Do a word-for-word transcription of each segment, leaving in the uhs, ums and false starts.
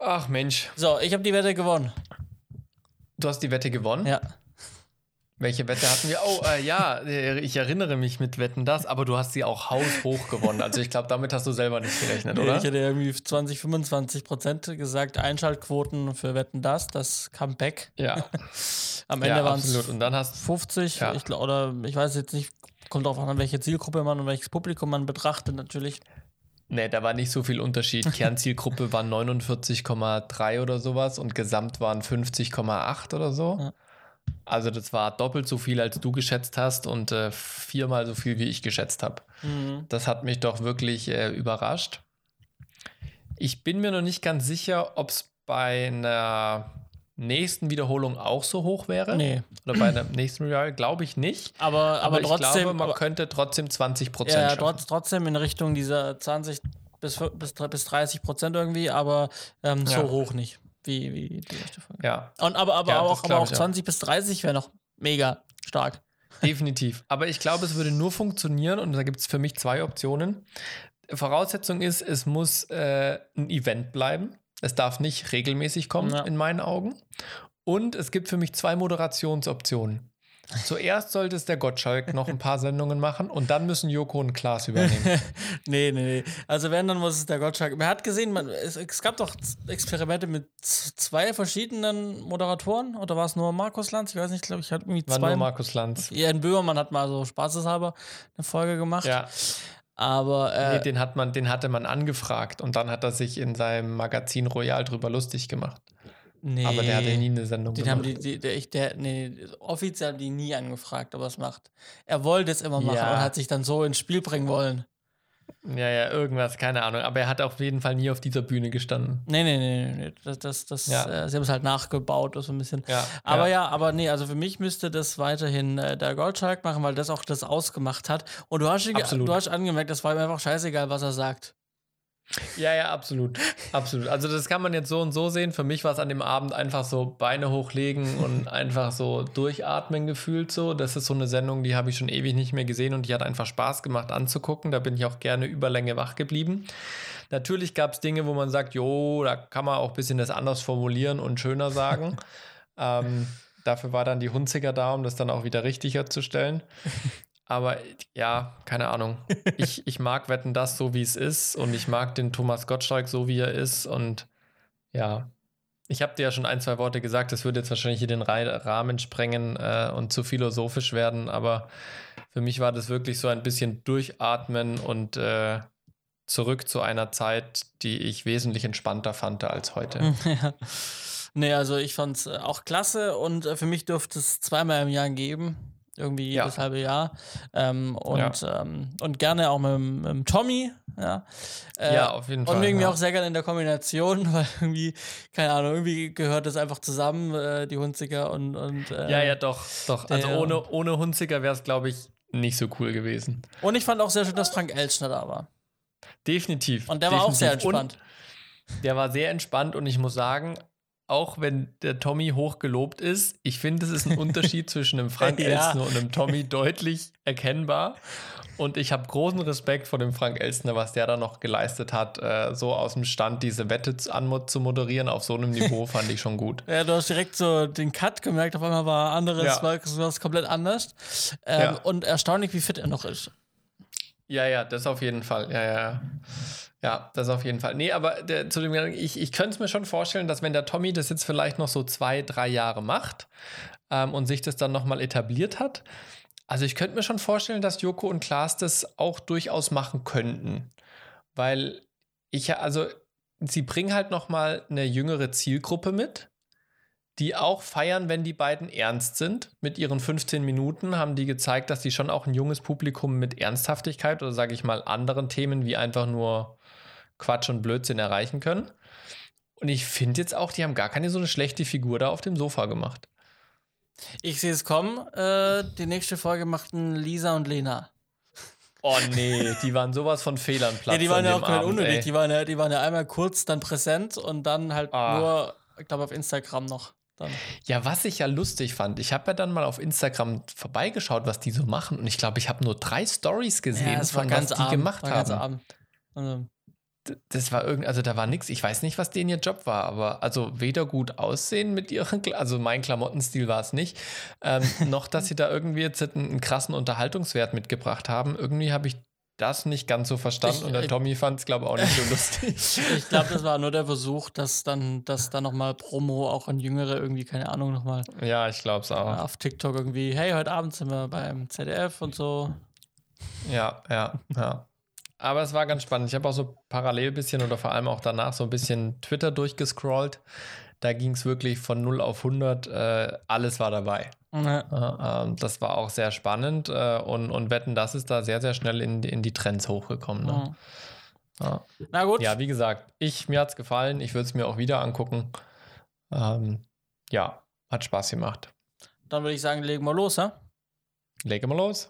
Ach Mensch. So, ich habe die Wette gewonnen. Du hast die Wette gewonnen? Ja. Welche Wette hatten wir? Oh, äh, ja, ich erinnere mich mit Wetten das, aber du hast sie auch haushoch gewonnen. Also ich glaube, damit hast du selber nicht gerechnet, Nee, oder? ich hätte irgendwie zwanzig, fünfundzwanzig Prozent gesagt, Einschaltquoten für Wetten das, das Comeback. Ja. Am Ende ja, waren es absolut. Und dann hast fünfzig, ja. ich glaub, oder ich weiß jetzt nicht, kommt drauf an, welche Zielgruppe man und welches Publikum man betrachtet natürlich. Nee, da war nicht so viel Unterschied. Kernzielgruppe war neunundvierzig Komma drei oder sowas und Gesamt waren fünfzig Komma acht oder so. Ja. Also das war doppelt so viel, als du geschätzt hast und äh, viermal so viel, wie ich geschätzt habe. Mhm. Das hat mich doch wirklich äh, überrascht. Ich bin mir noch nicht ganz sicher, ob es bei einer nächsten Wiederholung auch so hoch wäre. Nee. Oder bei einem nächsten Real, glaube ich nicht. Aber, aber, Aber ich trotzdem, glaube, man aber, könnte trotzdem zwanzig Prozent ja, schaffen. trotz, trotzdem in Richtung dieser zwanzig bis, bis, bis dreißig Prozent irgendwie, aber ähm, so Ja. hoch nicht, wie, wie die erste Folge. Ja, Und, aber aber Ja, das auch, aber glaub auch ich auch. zwanzig bis dreißig wäre noch mega stark. definitiv. Aber ich glaube, es würde nur funktionieren und da gibt es für mich zwei Optionen. Voraussetzung ist, es muss äh, ein Event bleiben. Es darf nicht regelmäßig kommen, Ja. in meinen Augen. Und es gibt für mich zwei Moderationsoptionen. Zuerst sollte es der Gottschalk noch ein paar Sendungen machen und dann müssen Joko und Klaas übernehmen. nee, nee, nee. Also wenn, dann muss es der Gottschalk. Man hat gesehen, man, es, es gab doch Experimente mit z- zwei verschiedenen Moderatoren oder war es nur Markus Lanz? Ich weiß nicht, glaube ich, hat irgendwie War zwei. nur Markus Lanz. Jan Böhmermann hat mal so spaßeshalber eine Folge gemacht. Ja, Aber äh, nee, den, hat man, den hatte man angefragt und dann hat er sich in seinem Magazin Royal drüber lustig gemacht. nee. Aber der hatte nie eine Sendung Den gemacht. haben die, die, der, ich, der, nee, offiziell haben die nie angefragt, ob er es macht. Er wollte es immer machen Ja. und hat sich dann so ins Spiel bringen wollen. Ja, ja, irgendwas, keine Ahnung. Aber er hat auf jeden Fall nie auf dieser Bühne gestanden. Nee, nee, nee, nee, nee. Das, das, das, Ja. äh, sie haben es halt nachgebaut, so ein bisschen. Ja, Aber ja. ja. aber nee, also für mich müsste das weiterhin äh, der Gottschalk machen, weil das auch das ausgemacht hat. Und du hast, Absolut. du hast angemerkt, das war ihm einfach scheißegal, was er sagt. Ja, ja, absolut. Absolut. Also das kann man jetzt so und so sehen. Für mich war es an dem Abend einfach so Beine hochlegen und einfach so durchatmen gefühlt so. Das ist so eine Sendung, die habe ich schon ewig nicht mehr gesehen und die hat einfach Spaß gemacht anzugucken. Da bin ich auch gerne Überlänge wach geblieben. Natürlich gab es Dinge, wo man sagt, jo, da kann man auch ein bisschen das anders formulieren und schöner sagen. ähm, dafür war dann die Hunziker da, um das dann auch wieder richtiger zu stellen. Aber ja, keine Ahnung. Ich, ich mag Wetten, das so, wie es ist. Und ich mag den Thomas Gottschalk so, wie er ist. Und ja, ich habe dir ja schon ein, zwei Worte gesagt. Das würde jetzt wahrscheinlich hier den Ra- Rahmen sprengen äh, und zu philosophisch werden. Aber für mich war das wirklich so ein bisschen durchatmen und äh, zurück zu einer Zeit, die ich wesentlich entspannter fand als heute. ja. Nee, also ich fand es auch klasse und äh, für mich dürfte es zweimal im Jahr geben. Irgendwie jedes Ja. halbe Jahr. Ähm, und, ähm, und gerne auch mit, dem- mit dem Tommy. Ja, äh, Ja, auf jeden Fall, Und irgendwie ja. auch sehr gerne in der Kombination, weil irgendwie, keine Ahnung, irgendwie gehört das einfach zusammen, äh, die Hunziker und. und äh, Ja, ja, doch, doch. Also der- ohne, ohne Hunziker wäre es, glaube ich, nicht so cool gewesen. Und ich fand auch sehr schön, dass Frank Elstner da war. Definitiv. Und der war auch sehr definitiv. entspannt. Und der war sehr entspannt und ich muss sagen, auch wenn der Tommy hoch gelobt ist, ich finde, es ist ein Unterschied zwischen einem Frank Ja. Elstner und einem Tommy deutlich erkennbar. Und ich habe großen Respekt vor dem Frank Elstner, was der da noch geleistet hat, äh, so aus dem Stand diese Wette zu, an, zu moderieren. Auf so einem Niveau fand ich schon gut. Ja, du hast direkt so den Cut gemerkt, auf einmal war anderes, Ja. war was komplett anders. Ähm, Ja. Und erstaunlich, wie fit er noch ist. Ja, ja, das auf jeden Fall. Ja, ja. Ja, das auf jeden Fall. Nee, aber der, zu dem, ich, ich könnte es mir schon vorstellen, dass wenn der Tommy das jetzt vielleicht noch so zwei, drei Jahre macht ähm, und sich das dann nochmal etabliert hat, also ich könnte mir schon vorstellen, dass Joko und Klaas das auch durchaus machen könnten. Weil ich, also sie bringen halt nochmal eine jüngere Zielgruppe mit, die auch feiern, wenn die beiden ernst sind. Mit ihren fünfzehn Minuten haben die gezeigt, dass die schon auch ein junges Publikum mit Ernsthaftigkeit oder sage ich mal anderen Themen wie einfach nur Quatsch und Blödsinn erreichen können. Und ich finde jetzt auch, die haben gar keine so eine schlechte Figur da auf dem Sofa gemacht. Ich sehe es kommen. Äh, die nächste Folge machten Lisa und Lena. Oh nee, die waren sowas von Fehlern Platz. Ja, die waren an ja auch dem komplett Abend, unnötig. ey. Die waren, ja, die waren ja einmal kurz dann präsent und dann halt Ah. nur, ich glaube, auf Instagram noch. Dann. Ja, was ich ja lustig fand, ich habe ja dann mal auf Instagram vorbeigeschaut, was die so machen. Und ich glaube, ich habe nur drei Stories gesehen, Ja, es war von ganz was die arm, gemacht war ganz haben. arm. Also, das war irgend, also da war nichts, ich weiß nicht, was denen ihr Job war, aber also weder gut aussehen mit ihren, Kla- also mein Klamottenstil war es nicht, ähm, noch, dass sie da irgendwie jetzt einen, einen krassen Unterhaltungswert mitgebracht haben. Irgendwie habe ich das nicht ganz so verstanden Ich- und der ich- Tommy fand es, glaube ich, auch nicht so lustig. Ich glaube, das war nur der Versuch, dass dann, dass dann nochmal Promo auch an Jüngere irgendwie, keine Ahnung, nochmal Ja, ich glaube es auch. auf TikTok irgendwie, hey, heute Abend sind wir beim Z D F und so. Ja, ja, ja. Aber es war ganz spannend. Ich habe auch so parallel ein bisschen oder vor allem auch danach so ein bisschen Twitter durchgescrollt. Da ging es wirklich von null auf hundert. Äh, alles war dabei. Ja. Ja, ähm, das war auch sehr spannend äh, und, und Wetten, das ist da sehr, sehr schnell in, in die Trends hochgekommen. Ne? Ja. Na gut. Ja, wie gesagt, ich, mir hat es gefallen. Ich würde es mir auch wieder angucken. Ähm, ja, hat Spaß gemacht. Dann würde ich sagen, legen wir los, ja? Legen wir los.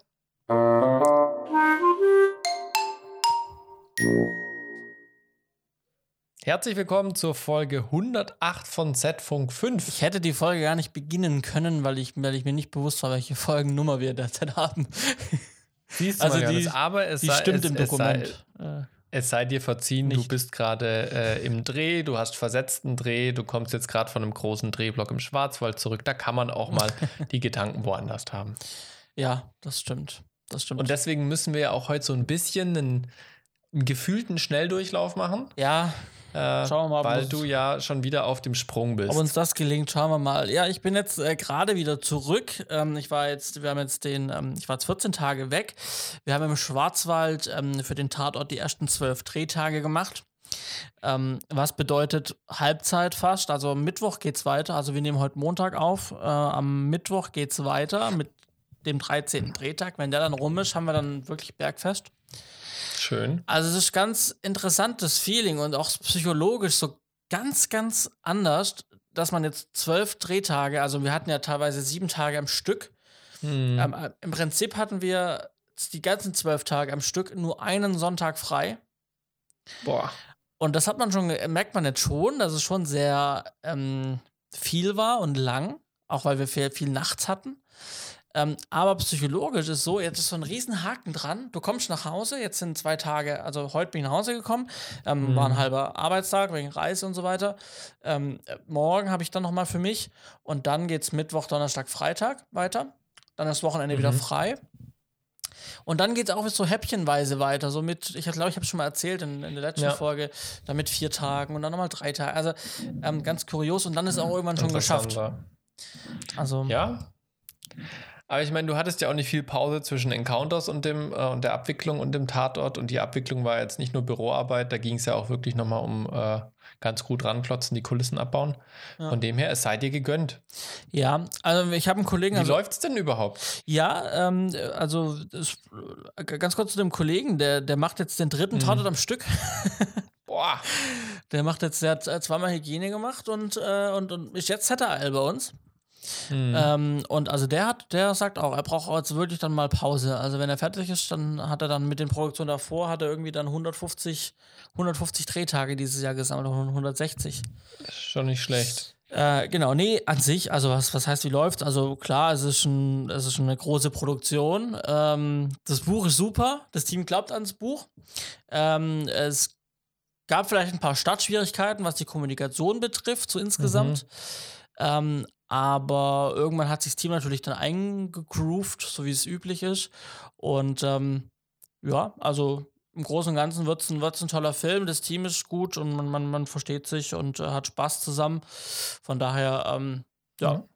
Herzlich willkommen zur Folge hundertacht von Z-Funk fünf. Ich hätte die Folge gar nicht beginnen können, weil ich, weil ich mir nicht bewusst war, welche Folgennummer wir derzeit haben. Siehst du Also mal, die- Johannes, aber es Die sei, stimmt es, im es sei, Dokument. Äh, es sei dir verziehen, du Nicht. bist gerade äh, im Dreh, du hast versetzten Dreh, du kommst jetzt gerade von einem großen Drehblock im Schwarzwald zurück. Da kann man auch mal die Gedanken woanders haben. ja, das stimmt. Das stimmt. Und deswegen müssen wir ja auch heute so ein bisschen einen, einen gefühlten Schnelldurchlauf machen, ja, äh, Schauen wir mal, ob weil uns- du ja schon wieder auf dem Sprung bist. ob uns das gelingt, schauen wir mal. Ja, ich bin jetzt äh, gerade wieder zurück. Ähm, ich war jetzt, wir haben jetzt den, ähm, ich war jetzt vierzehn Tage weg. Wir haben im Schwarzwald ähm, für den Tatort die ersten zwölf Drehtage gemacht. Ähm, was bedeutet Halbzeit fast. Also am Mittwoch geht's weiter. Also wir nehmen heute Montag auf. Äh, am Mittwoch geht's weiter mit dem dreizehnten Drehtag. Wenn der dann rum ist, haben wir dann wirklich Bergfest. Schön. Also es ist ganz interessantes Feeling und auch psychologisch so ganz, ganz anders, dass man jetzt zwölf Drehtage, also wir hatten ja teilweise sieben Tage am Stück. Hm. Ähm, äh, Im Prinzip hatten wir die ganzen zwölf Tage am Stück nur einen Sonntag frei. Boah. Und das hat man schon, ge- merkt man jetzt schon, dass es schon sehr ähm, viel war und lang, auch weil wir viel, viel nachts hatten. Ähm, aber psychologisch ist so, jetzt ist so ein riesen Haken dran. Du kommst nach Hause, jetzt sind zwei Tage, also heute bin ich nach Hause gekommen, ähm, Mhm. war ein halber Arbeitstag wegen Reise und so weiter. Ähm, äh, morgen habe ich dann nochmal für mich und dann geht's Mittwoch, Donnerstag, Freitag weiter. Dann ist Wochenende wieder Mhm. frei. Und dann geht es auch so häppchenweise weiter. So mit, ich glaube, ich habe schon mal erzählt in, in der letzten Ja. Folge, dann mit vier Tagen und dann nochmal drei Tage. Also ähm, ganz kurios und dann ist auch irgendwann schon geschafft. Interessanter. Also Ja. Aber ich meine, du hattest ja auch nicht viel Pause zwischen Encounters und, dem, äh, und der Abwicklung und dem Tatort. Und die Abwicklung war jetzt nicht nur Büroarbeit, da ging es ja auch wirklich nochmal um äh, ganz gut ranklotzen, die Kulissen abbauen. Ja. Von dem her, es sei dir gegönnt. ja, also ich habe einen Kollegen. Wie Also, läuft's denn überhaupt? ja, ähm, also das, äh, ganz kurz zu dem Kollegen, der, der macht jetzt den dritten Mhm. Tatort am Stück. Boah. Der macht jetzt, der hat äh, zweimal Hygiene gemacht und, äh, und, und ist jetzt Zettel bei uns. Hm. Ähm, und also der hat, der sagt auch, er braucht jetzt wirklich dann mal Pause. Also wenn er fertig ist, dann hat er dann mit den Produktionen davor, hat er irgendwie dann hundertfünfzig, hundertfünfzig Drehtage dieses Jahr gesammelt, oder hundertsechzig. Schon nicht schlecht. Äh, genau, nee, an sich, also was, was heißt, wie läuft's? Also klar, es ist schon, es ist schon eine große Produktion. Ähm, das Buch ist super, das Team glaubt ans Buch. Ähm, es gab vielleicht ein paar Startschwierigkeiten, was die Kommunikation betrifft, so insgesamt. Ähm, aber irgendwann hat sich das Team natürlich dann eingegroovt, so wie es üblich ist. Und ähm, ja, also im Großen und Ganzen wird es ein, wird's ein toller Film. Das Team ist gut und man, man, man versteht sich und äh, hat Spaß zusammen. Von daher, ähm, ja. Mhm.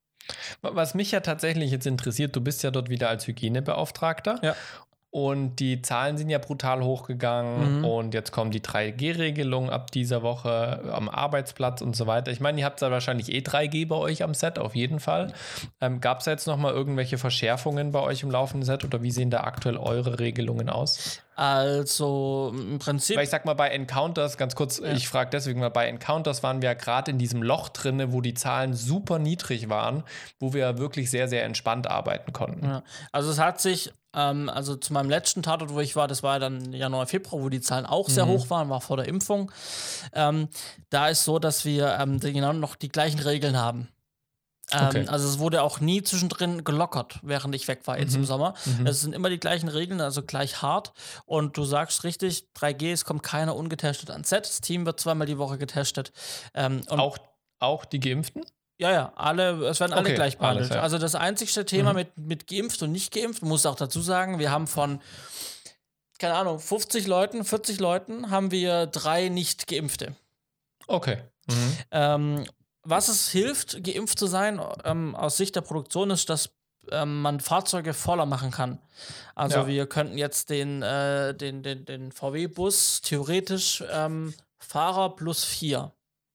Was mich ja tatsächlich jetzt interessiert, du bist ja dort wieder als Hygienebeauftragter. Ja. Und die Zahlen sind ja brutal hochgegangen Mhm. und jetzt kommen die drei G Regelung ab dieser Woche am Arbeitsplatz und so weiter. Ich meine, ihr habt da wahrscheinlich eh drei G bei euch am Set, auf jeden Fall. Ähm, Gab es da jetzt nochmal irgendwelche Verschärfungen bei euch im laufenden Set oder wie sehen da aktuell eure Regelungen aus? Also im Prinzip. Weil ich sag mal, bei Encounters, ganz kurz, Ja. ich frage deswegen mal, bei Encounters waren wir ja gerade in diesem Loch drinne, wo die Zahlen super niedrig waren, wo wir wirklich sehr, sehr entspannt arbeiten konnten. Ja. Also es hat sich, ähm, also zu meinem letzten Tatort, wo ich war, das war ja dann Januar, Februar, wo die Zahlen auch sehr Mhm. hoch waren, war vor der Impfung. Ähm, da ist so, dass wir ähm, die- genau noch die gleichen Regeln haben. Ähm, Okay. Also es wurde auch nie zwischendrin gelockert, während ich weg war jetzt im Mhm. Sommer. Mhm. Es sind immer die gleichen Regeln, also gleich hart. Und du sagst richtig, drei G, es kommt keiner ungetestet ans Set. Das Team wird zweimal die Woche getestet. Ähm, und Auch, auch die Geimpften? ja, ja, alle, es werden alle Okay, gleich behandelt. alles, ja. Also das einzigste Thema Mhm. mit, mit geimpft und nicht geimpft, muss auch dazu sagen, wir haben von, keine Ahnung, fünfzig Leuten, vierzig Leuten, haben wir drei nicht geimpfte. Okay. Mhm. Ähm, was es hilft, geimpft zu sein, ähm, aus Sicht der Produktion, ist, dass ähm, man Fahrzeuge voller machen kann. Also Ja. wir könnten jetzt den, äh, den, den, den V W-Bus theoretisch ähm, Fahrer plus vier.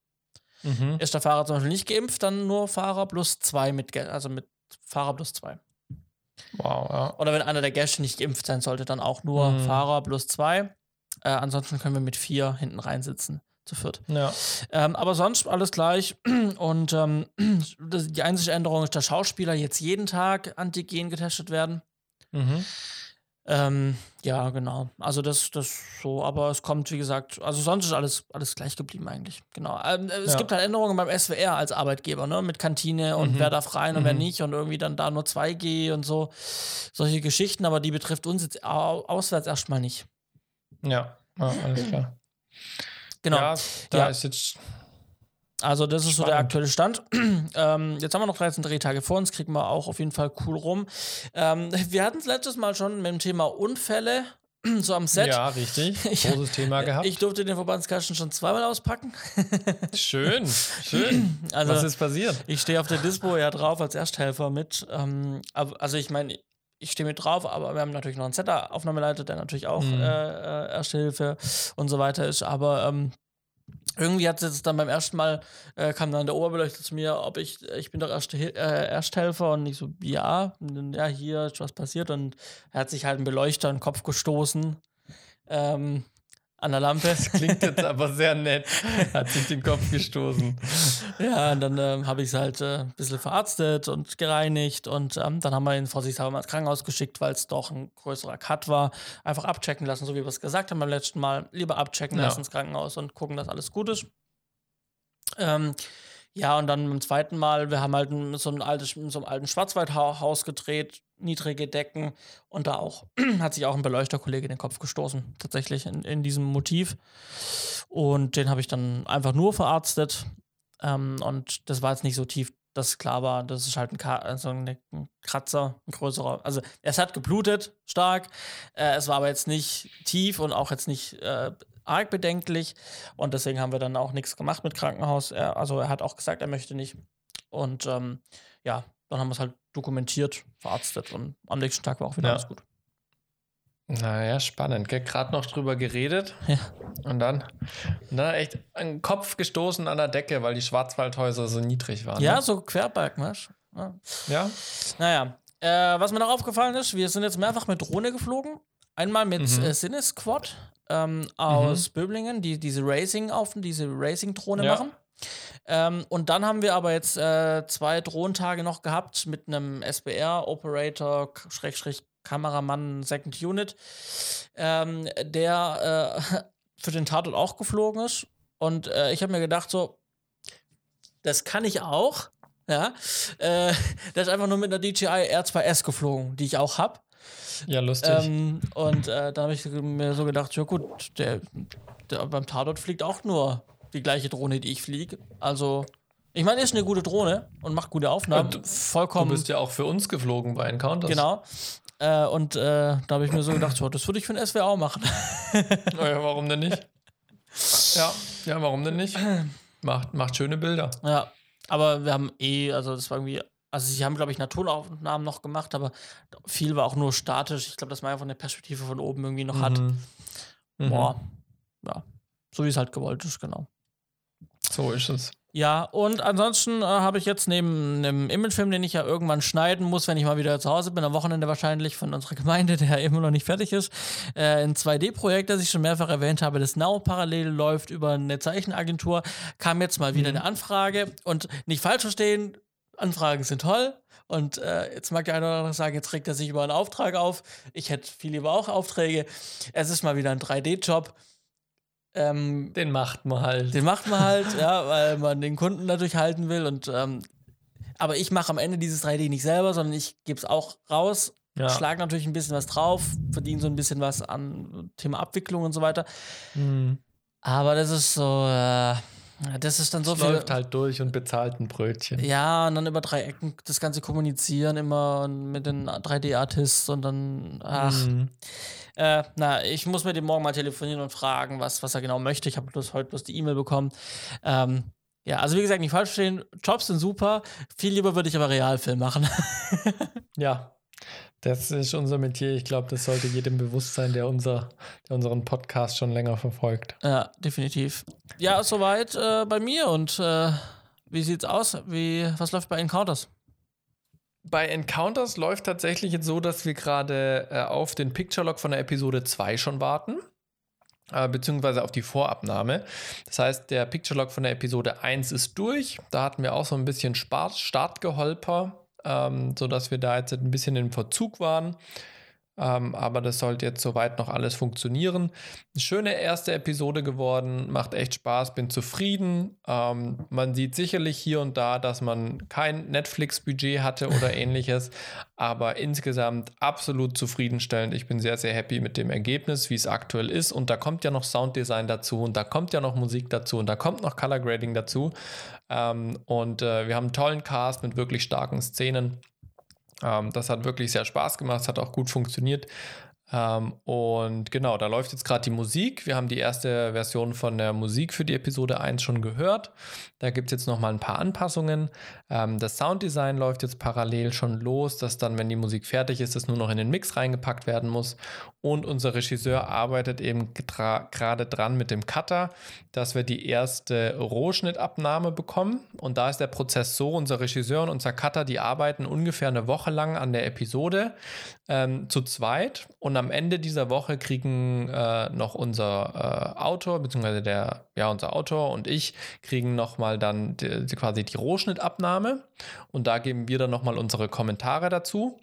Mhm. Ist der Fahrer zum Beispiel nicht geimpft, dann nur Fahrer plus zwei mit, Gä- also mit Fahrer plus zwei. Wow, ja. Oder wenn einer der Gäste nicht geimpft sein sollte, dann auch nur Mhm. Fahrer plus zwei. Äh, ansonsten können wir mit vier hinten reinsitzen, zu viert. Ja. Ähm, aber sonst alles gleich. Und ähm, das, die einzige Änderung ist, dass Schauspieler jetzt jeden Tag Antigen getestet werden. Mhm. Ähm, ja, genau. Also das, das so, aber es kommt, wie gesagt, also sonst ist alles, alles gleich geblieben eigentlich. Genau. Ähm, es Ja. gibt halt Änderungen beim S W R als Arbeitgeber, ne? Mit Kantine und Mhm. wer darf rein und wer Mhm. nicht und irgendwie dann da nur zwei G und so. Solche Geschichten, aber die betrifft uns jetzt au auswärts erstmal nicht. Ja. Ja, alles klar. Genau. Ja, da Ja. ist jetzt. Also, das ist so der Spannend. aktuelle Stand. ähm, jetzt haben wir noch dreizehn Drehtage vor uns, kriegen wir auch auf jeden Fall cool rum. Ähm, wir hatten es letztes Mal schon mit dem Thema Unfälle, so am Set. Ja, richtig. Ich- Großes Thema gehabt. Ich durfte den Verbandskasten schon zweimal auspacken. Schön, schön. Also, Was ist passiert? ich stehe auf der Dispo ja drauf als Ersthelfer mit. Ähm, aber- also, ich meine, ich stehe mit drauf, aber wir haben natürlich noch einen Setter-Aufnahmeleiter, der natürlich auch Mhm. äh, äh, Erste Hilfe und so weiter ist. Aber ähm, irgendwie hat es jetzt dann beim ersten Mal, äh, kam dann der Oberbeleuchter zu mir, ob ich, ich bin doch Erste, Hil- äh, Ersthelfer und ich so, ja, und dann, ja, hier ist was passiert und er hat sich halt einen Beleuchter in den Kopf gestoßen ähm, an der Lampe. Das klingt jetzt aber sehr nett. Hat sich den Kopf gestoßen. Ja, und dann ähm, habe ich es halt äh, ein bisschen verarztet und gereinigt und ähm, dann haben wir ihn vorsichtshalber mal ins Krankenhaus geschickt, weil es doch ein größerer Cut war. Einfach abchecken lassen, so wie wir es gesagt haben beim letzten Mal. Lieber abchecken Ja. lassen ins Krankenhaus und gucken, dass alles gut ist. Ähm, ja, und dann beim zweiten Mal, wir haben halt in so ein altes, in so einem alten Schwarzwaldhaus gedreht, niedrige Decken und da auch hat sich auch ein Beleuchterkollege den Kopf gestoßen, tatsächlich in, in diesem Motiv. Und den habe ich dann einfach nur verarztet. Ähm, und das war jetzt nicht so tief, dass klar war, das ist halt ein, Ka also ein, ein Kratzer, ein größerer. Also es hat geblutet, stark. Äh, es war aber jetzt nicht tief und auch jetzt nicht äh, arg bedenklich. Und deswegen haben wir dann auch nichts gemacht mit Krankenhaus. Er, also er hat auch gesagt, er möchte nicht. Und ähm, ja, dann haben wir es halt dokumentiert, verarztet und am nächsten Tag war auch wieder Ja. alles gut. Naja, spannend. Gerade noch drüber geredet. Ja. Und dann, und dann echt einen Kopf gestoßen an der Decke, weil die Schwarzwaldhäuser so niedrig waren. Ja, Ne? so Querbalken, weißt du? Ja. Ja. Naja, äh, was mir noch aufgefallen ist, wir sind jetzt mehrfach mit Drohne geflogen. Einmal mit Mhm. äh, Cinesquad ähm, aus Böblingen, die diese Racing auf diese Racing-Drohne Ja. machen. Ähm, und dann haben wir aber jetzt äh, zwei Drohnentage noch gehabt mit einem S B R-Operator, K- Schrägstrich Kameramann Second Unit, ähm, der äh, für den Tatort auch geflogen ist. Und äh, ich habe mir gedacht, so, das kann ich auch. Ja, äh, der ist einfach nur mit einer D J I R zwei S geflogen, die ich auch habe. Ja, lustig. Ähm, und äh, da habe ich mir so gedacht, ja gut, der, der beim Tatort fliegt auch nur die gleiche Drohne, die ich fliege. Also, ich meine, ist eine gute Drohne und macht gute Aufnahmen. Und du Vollkommen. Du bist ja auch für uns geflogen bei Encounters. Genau. Äh, und äh, da habe ich mir so gedacht, so, das würde ich für den S W R auch machen. Ja, warum denn nicht? Ja, ja, warum denn nicht? Macht, macht schöne Bilder. Ja, aber wir haben eh, also das war irgendwie, also sie haben, glaube ich, Naturaufnahmen noch gemacht, aber viel war auch nur statisch. Ich glaube, dass man einfach eine Perspektive von oben irgendwie noch hat. Mhm. Mhm. Boah, ja, so wie es halt gewollt ist, genau. So ist es. Ja, und ansonsten äh, habe ich jetzt neben einem Imagefilm, den ich ja irgendwann schneiden muss, wenn ich mal wieder zu Hause bin, am Wochenende wahrscheinlich von unserer Gemeinde, der immer noch nicht fertig ist, äh, ein zwei D-Projekt, das ich schon mehrfach erwähnt habe, das Now parallel läuft über eine Zeichenagentur, kam jetzt mal wieder Mhm. eine Anfrage und nicht falsch verstehen, Anfragen sind toll. Und äh, jetzt mag der eine oder andere sagen, jetzt regt er sich über einen Auftrag auf. Ich hätte viel lieber auch Aufträge. Es ist mal wieder ein drei D-Job. Ähm, Den macht man halt. den macht man halt, ja, weil man den Kunden natürlich halten will. Und ähm, Aber ich mache am Ende dieses drei D nicht selber, sondern ich gebe es auch raus, Ja. schlage natürlich ein bisschen was drauf, verdiene so ein bisschen was an Thema Abwicklung und so weiter. Mhm. Aber das ist so, äh, das ist dann so Es viel. läuft halt durch und bezahlt ein Brötchen. Ja, und dann über drei Ecken das Ganze kommunizieren immer mit den drei D-Artists und dann, ach. Mhm. Äh, na, ich muss mit dem morgen mal telefonieren und fragen, was, was er genau möchte. Ich habe bloß heute bloß die E-Mail bekommen. Ähm, ja, also wie gesagt, nicht falsch verstehen, Jobs sind super. Viel lieber würde ich aber Realfilm machen. Ja, das ist unser Metier. Ich glaube, das sollte jedem bewusst sein, der, unser, der unseren Podcast schon länger verfolgt. Ja, definitiv. Ja, soweit äh, bei mir. Und äh, wie sieht's aus? Wie, was läuft bei Encounters? Bei Encounters läuft tatsächlich jetzt so, dass wir gerade äh, auf den Picture Log von der Episode zwei schon warten, äh, beziehungsweise auf die Vorabnahme. Das heißt, der Picture Log von der Episode eins ist durch. Da hatten wir auch so ein bisschen Start Startgeholper, ähm, sodass wir da jetzt ein bisschen im Verzug waren. Ähm, aber das sollte jetzt soweit noch alles funktionieren. Eine schöne erste Episode geworden, macht echt Spaß, bin zufrieden. Ähm, man sieht sicherlich hier und da, dass man kein Netflix-Budget hatte oder ähnliches, aber insgesamt absolut zufriedenstellend. Ich bin sehr, sehr happy mit dem Ergebnis, wie es aktuell ist. Und da kommt ja noch Sounddesign dazu und da kommt ja noch Musik dazu und da kommt noch Color Grading dazu. Ähm, und äh, wir haben einen tollen Cast mit wirklich starken Szenen. Ähm, das hat wirklich sehr Spaß gemacht, es hat auch gut funktioniert. Ähm, und genau, da läuft jetzt gerade die Musik. Wir haben die erste Version von der Musik für die Episode eins schon gehört. Da gibt es jetzt nochmal ein paar Anpassungen. Ähm, das Sounddesign läuft jetzt parallel schon los, dass dann, wenn die Musik fertig ist, es nur noch in den Mix reingepackt werden muss. Und unser Regisseur arbeitet eben gerade dran mit dem Cutter, dass wir die erste Rohschnittabnahme bekommen. Und da ist der Prozess so, unser Regisseur und unser Cutter, die arbeiten ungefähr eine Woche lang an der Episode ähm, zu zweit. Und am Ende dieser Woche kriegen äh, noch unser äh, Autor, beziehungsweise der, ja, unser Autor und ich kriegen nochmal dann die, die, quasi die Rohschnittabnahme. Und da geben wir dann nochmal unsere Kommentare dazu.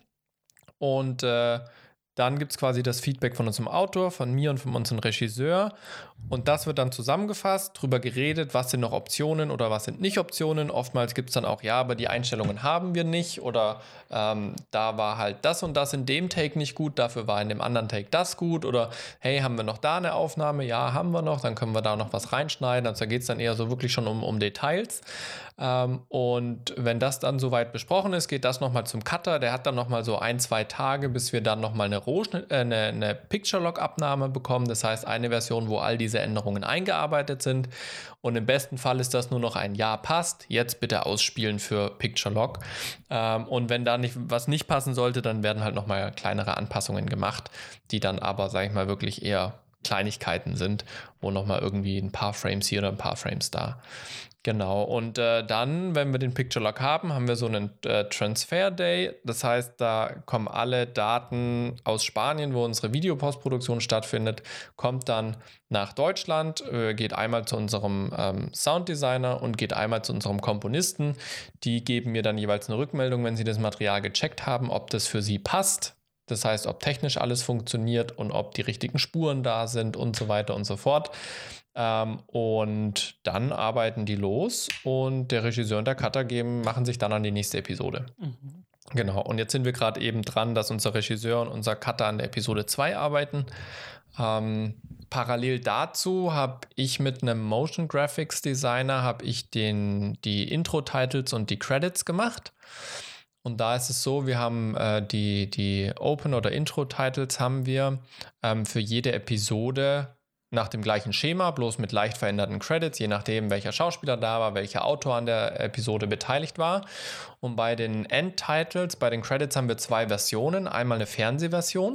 Und äh, dann gibt es quasi das Feedback von unserem Autor, von mir und von unserem Regisseur. Und das wird dann zusammengefasst, drüber geredet, was sind noch Optionen oder was sind nicht Optionen. Oftmals gibt es dann auch, ja, aber die Einstellungen haben wir nicht oder ähm, da war halt das und das in dem Take nicht gut, dafür war in dem anderen Take das gut oder hey, haben wir noch da eine Aufnahme? Ja, haben wir noch, dann können wir da noch was reinschneiden. Also da geht es dann eher so wirklich schon um, um Details. Ähm, und wenn das dann soweit besprochen ist, geht das nochmal zum Cutter. Der hat dann nochmal so ein, zwei Tage, bis wir dann nochmal eine, Rohschnitt, äh, eine, eine Picture-Log-Abnahme bekommen. Das heißt, eine Version, wo all diese Änderungen eingearbeitet sind. Und im besten Fall ist das nur noch ein Ja passt. Jetzt bitte ausspielen für Picture-Log. Ähm, und wenn da nicht, was nicht passen sollte, dann werden halt nochmal kleinere Anpassungen gemacht, die dann aber, sage ich mal, wirklich eher Kleinigkeiten sind, wo nochmal irgendwie ein paar Frames hier oder ein paar Frames da. Genau, und äh, dann, wenn wir den Picture Log haben, haben wir so einen äh, Transfer Day. Das heißt, da kommen alle Daten aus Spanien, wo unsere Videopostproduktion stattfindet, kommt dann nach Deutschland, äh, geht einmal zu unserem ähm, Sounddesigner und geht einmal zu unserem Komponisten. Die geben mir dann jeweils eine Rückmeldung, wenn sie das Material gecheckt haben, ob das für sie passt. Das heißt, ob technisch alles funktioniert und ob die richtigen Spuren da sind und so weiter und so fort. Ähm, und dann arbeiten die los und der Regisseur und der Cutter geben, machen sich dann an die nächste Episode. Mhm. Genau, und jetzt sind wir gerade eben dran, dass unser Regisseur und unser Cutter an der Episode zwei arbeiten. Ähm, parallel dazu habe ich mit einem Motion Graphics Designer habe ich den, die Intro-Titles und die Credits gemacht. Und da ist es so, wir haben äh, die, die Open- oder Intro-Titles haben wir ähm, für jede Episode nach dem gleichen Schema, bloß mit leicht veränderten Credits, je nachdem, welcher Schauspieler da war, welcher Autor an der Episode beteiligt war. Und bei den End-Titles, bei den Credits haben wir zwei Versionen. Einmal eine Fernsehversion,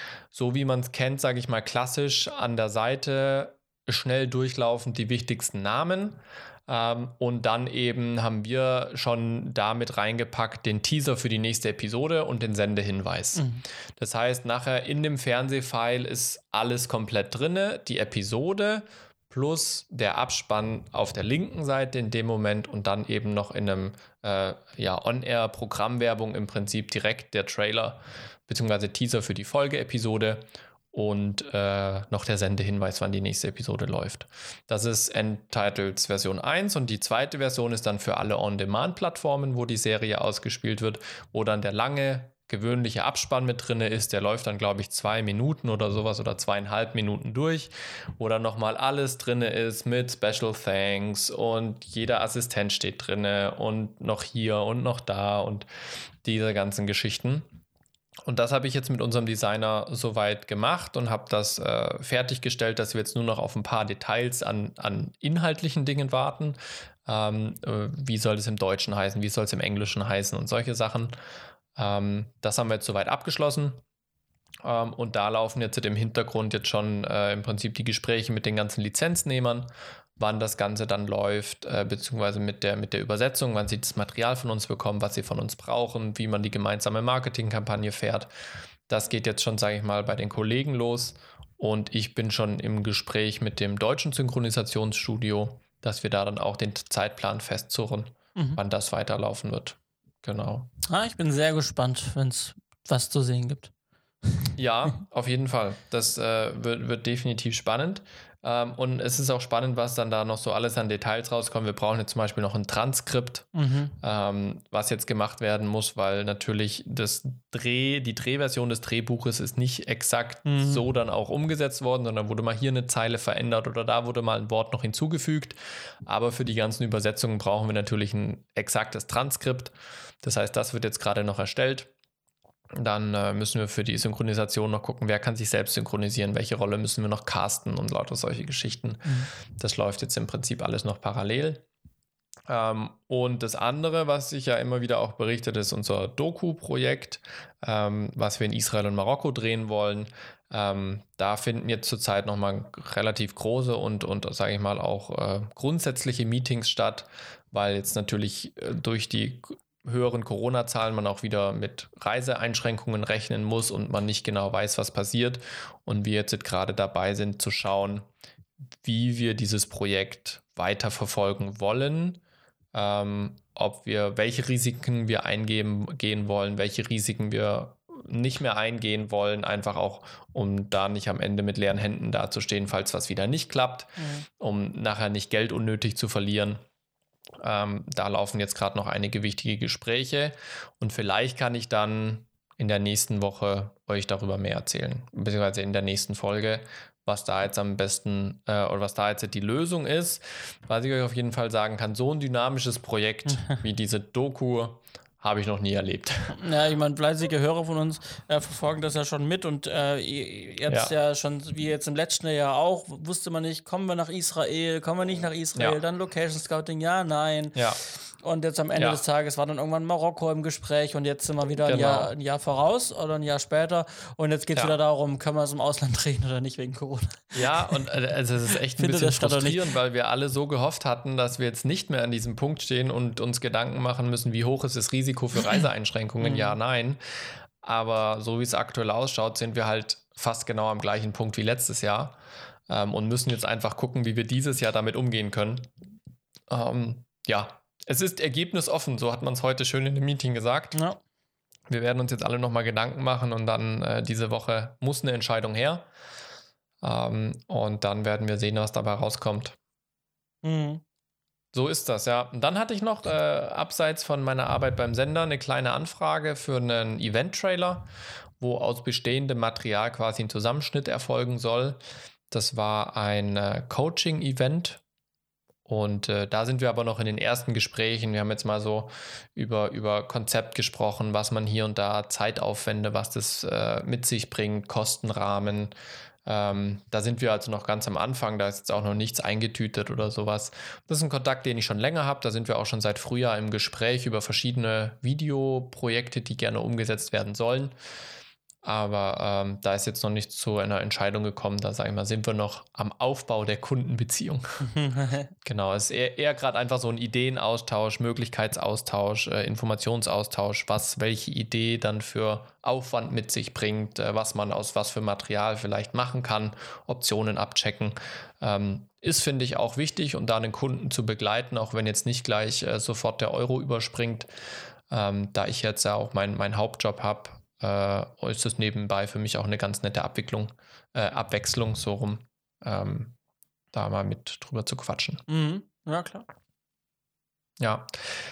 so wie man es kennt, sage ich mal klassisch, an der Seite schnell durchlaufend die wichtigsten Namen. Ähm, und dann eben haben wir schon damit reingepackt den Teaser für die nächste Episode und den Sendehinweis. Mhm. Das heißt, nachher in dem Fernsehfile ist alles komplett drin, die Episode plus der Abspann auf der linken Seite in dem Moment und dann eben noch in einem äh, ja, On-Air-Programmwerbung im Prinzip direkt der Trailer bzw. Teaser für die Folgeepisode. und äh, noch der Sendehinweis, wann die nächste Episode läuft. Das ist N-Titles Version eins und die zweite Version ist dann für alle On-Demand-Plattformen, wo die Serie ausgespielt wird, wo dann der lange gewöhnliche Abspann mit drin ist. Der läuft dann, glaube ich, zwei Minuten oder sowas oder zweieinhalb Minuten durch, wo dann nochmal alles drin ist mit Special Thanks und jeder Assistent steht drin und noch hier und noch da und diese ganzen Geschichten. Und das habe ich jetzt mit unserem Designer soweit gemacht und habe das äh, fertiggestellt, dass wir jetzt nur noch auf ein paar Details an, an inhaltlichen Dingen warten. Ähm, äh, wie soll es im Deutschen heißen, wie soll es im Englischen heißen und solche Sachen. Ähm, das haben wir jetzt soweit abgeschlossen. Ähm, und da laufen jetzt im Hintergrund jetzt schon äh, im Prinzip die Gespräche mit den ganzen Lizenznehmern, wann das Ganze dann läuft, äh, beziehungsweise mit der, mit der Übersetzung, wann sie das Material von uns bekommen, was sie von uns brauchen, wie man die gemeinsame Marketingkampagne fährt. Das geht jetzt schon, sage ich mal, bei den Kollegen los und ich bin schon im Gespräch mit dem deutschen Synchronisationsstudio, dass wir da dann auch den Zeitplan festzurren, mhm. wann das weiterlaufen wird. Genau. Ah, ich bin sehr gespannt, wenn es was zu sehen gibt. Ja, auf jeden Fall. Das äh, wird, wird definitiv spannend. Ähm, und es ist auch spannend, was dann da noch so alles an Details rauskommt. Wir brauchen jetzt zum Beispiel noch ein Transkript, mhm. ähm, was jetzt gemacht werden muss, weil natürlich das Dreh, die Drehversion des Drehbuches ist nicht exakt mhm. so dann auch umgesetzt worden, sondern wurde mal hier eine Zeile verändert oder da wurde mal ein Wort noch hinzugefügt. Aber für die ganzen Übersetzungen brauchen wir natürlich ein exaktes Transkript. Das heißt, das wird jetzt gerade noch erstellt. Dann äh, müssen wir für die Synchronisation noch gucken, wer kann sich selbst synchronisieren, welche Rolle müssen wir noch casten und lauter solche Geschichten. Mhm. Das läuft jetzt im Prinzip alles noch parallel. Ähm, und das andere, was ich ja immer wieder auch berichtet, ist unser Doku-Projekt, ähm, was wir in Israel und Marokko drehen wollen. Ähm, da finden jetzt zurzeit nochmal relativ große und, und sage ich mal, auch äh, grundsätzliche Meetings statt, weil jetzt natürlich äh, durch die höheren Corona-Zahlen man auch wieder mit Reiseeinschränkungen rechnen muss und man nicht genau weiß, was passiert. Und wir jetzt gerade dabei sind zu schauen, wie wir dieses Projekt weiterverfolgen wollen, ähm, ob wir, welche Risiken wir eingehen gehen wollen, welche Risiken wir nicht mehr eingehen wollen, einfach auch, um da nicht am Ende mit leeren Händen dazustehen, falls was wieder nicht klappt, mhm. um nachher nicht Geld unnötig zu verlieren. Ähm, da laufen jetzt gerade noch einige wichtige Gespräche und vielleicht kann ich dann in der nächsten Woche euch darüber mehr erzählen, beziehungsweise in der nächsten Folge, was da jetzt am besten äh, oder was da jetzt die Lösung ist. Was ich euch auf jeden Fall sagen kann, so ein dynamisches Projekt wie diese Doku habe ich noch nie erlebt. Ja, ich meine, fleißige Hörer von uns äh, verfolgen das ja schon mit und äh, jetzt ja. ja schon, wie jetzt im letzten Jahr auch, wusste man nicht, kommen wir nach Israel, kommen wir nicht nach Israel, ja. dann Location Scouting, ja, nein. Ja. Und jetzt am Ende ja. des Tages war dann irgendwann Marokko im Gespräch und jetzt sind wir wieder genau. ein, Jahr, ein Jahr voraus oder ein Jahr später und jetzt geht es ja. wieder darum, können wir es im Ausland drehen oder nicht wegen Corona. Ja, und also es ist echt ein bisschen frustrierend, weil wir alle so gehofft hatten, dass wir jetzt nicht mehr an diesem Punkt stehen und uns Gedanken machen müssen, wie hoch ist das Risiko für Reiseeinschränkungen, ja, nein. Aber so wie es aktuell ausschaut, sind wir halt fast genau am gleichen Punkt wie letztes Jahr ähm, und müssen jetzt einfach gucken, wie wir dieses Jahr damit umgehen können. Ähm, ja, es ist ergebnisoffen, so hat man es heute schön in dem Meeting gesagt. Ja. Wir werden uns jetzt alle nochmal Gedanken machen und dann äh, diese Woche muss eine Entscheidung her. Ähm, und dann werden wir sehen, was dabei rauskommt. Mhm. So ist das, ja. Und dann hatte ich noch äh, abseits von meiner Arbeit beim Sender eine kleine Anfrage für einen Event-Trailer, wo aus bestehendem Material quasi ein Zusammenschnitt erfolgen soll. Das war ein äh, Coaching-Event. Und äh, da sind wir aber noch in den ersten Gesprächen. Wir haben jetzt mal so über, über Konzept gesprochen, was man hier und da, Zeitaufwände, was das äh, mit sich bringt, Kostenrahmen. Ähm, da sind wir also noch ganz am Anfang. Da ist jetzt auch noch nichts eingetütet oder sowas. Das ist ein Kontakt, den ich schon länger habe. Da sind wir auch schon seit Frühjahr im Gespräch über verschiedene Videoprojekte, die gerne umgesetzt werden sollen. Aber ähm, da ist jetzt noch nicht zu einer Entscheidung gekommen. Da, sage ich mal, sind wir noch am Aufbau der Kundenbeziehung. Genau, es ist eher, eher gerade einfach so ein Ideenaustausch, Möglichkeitsaustausch, äh, Informationsaustausch, was welche Idee dann für Aufwand mit sich bringt, äh, was man aus was für Material vielleicht machen kann, Optionen abchecken. Ähm, ist, finde ich, auch wichtig, um da einen Kunden zu begleiten, auch wenn jetzt nicht gleich äh, sofort der Euro überspringt. Ähm, da ich jetzt ja auch mein, mein Hauptjob habe, äh, ist es nebenbei für mich auch eine ganz nette Abwicklung, äh, Abwechslung, so rum, ähm, da mal mit drüber zu quatschen. Mhm. Ja, klar. Ja.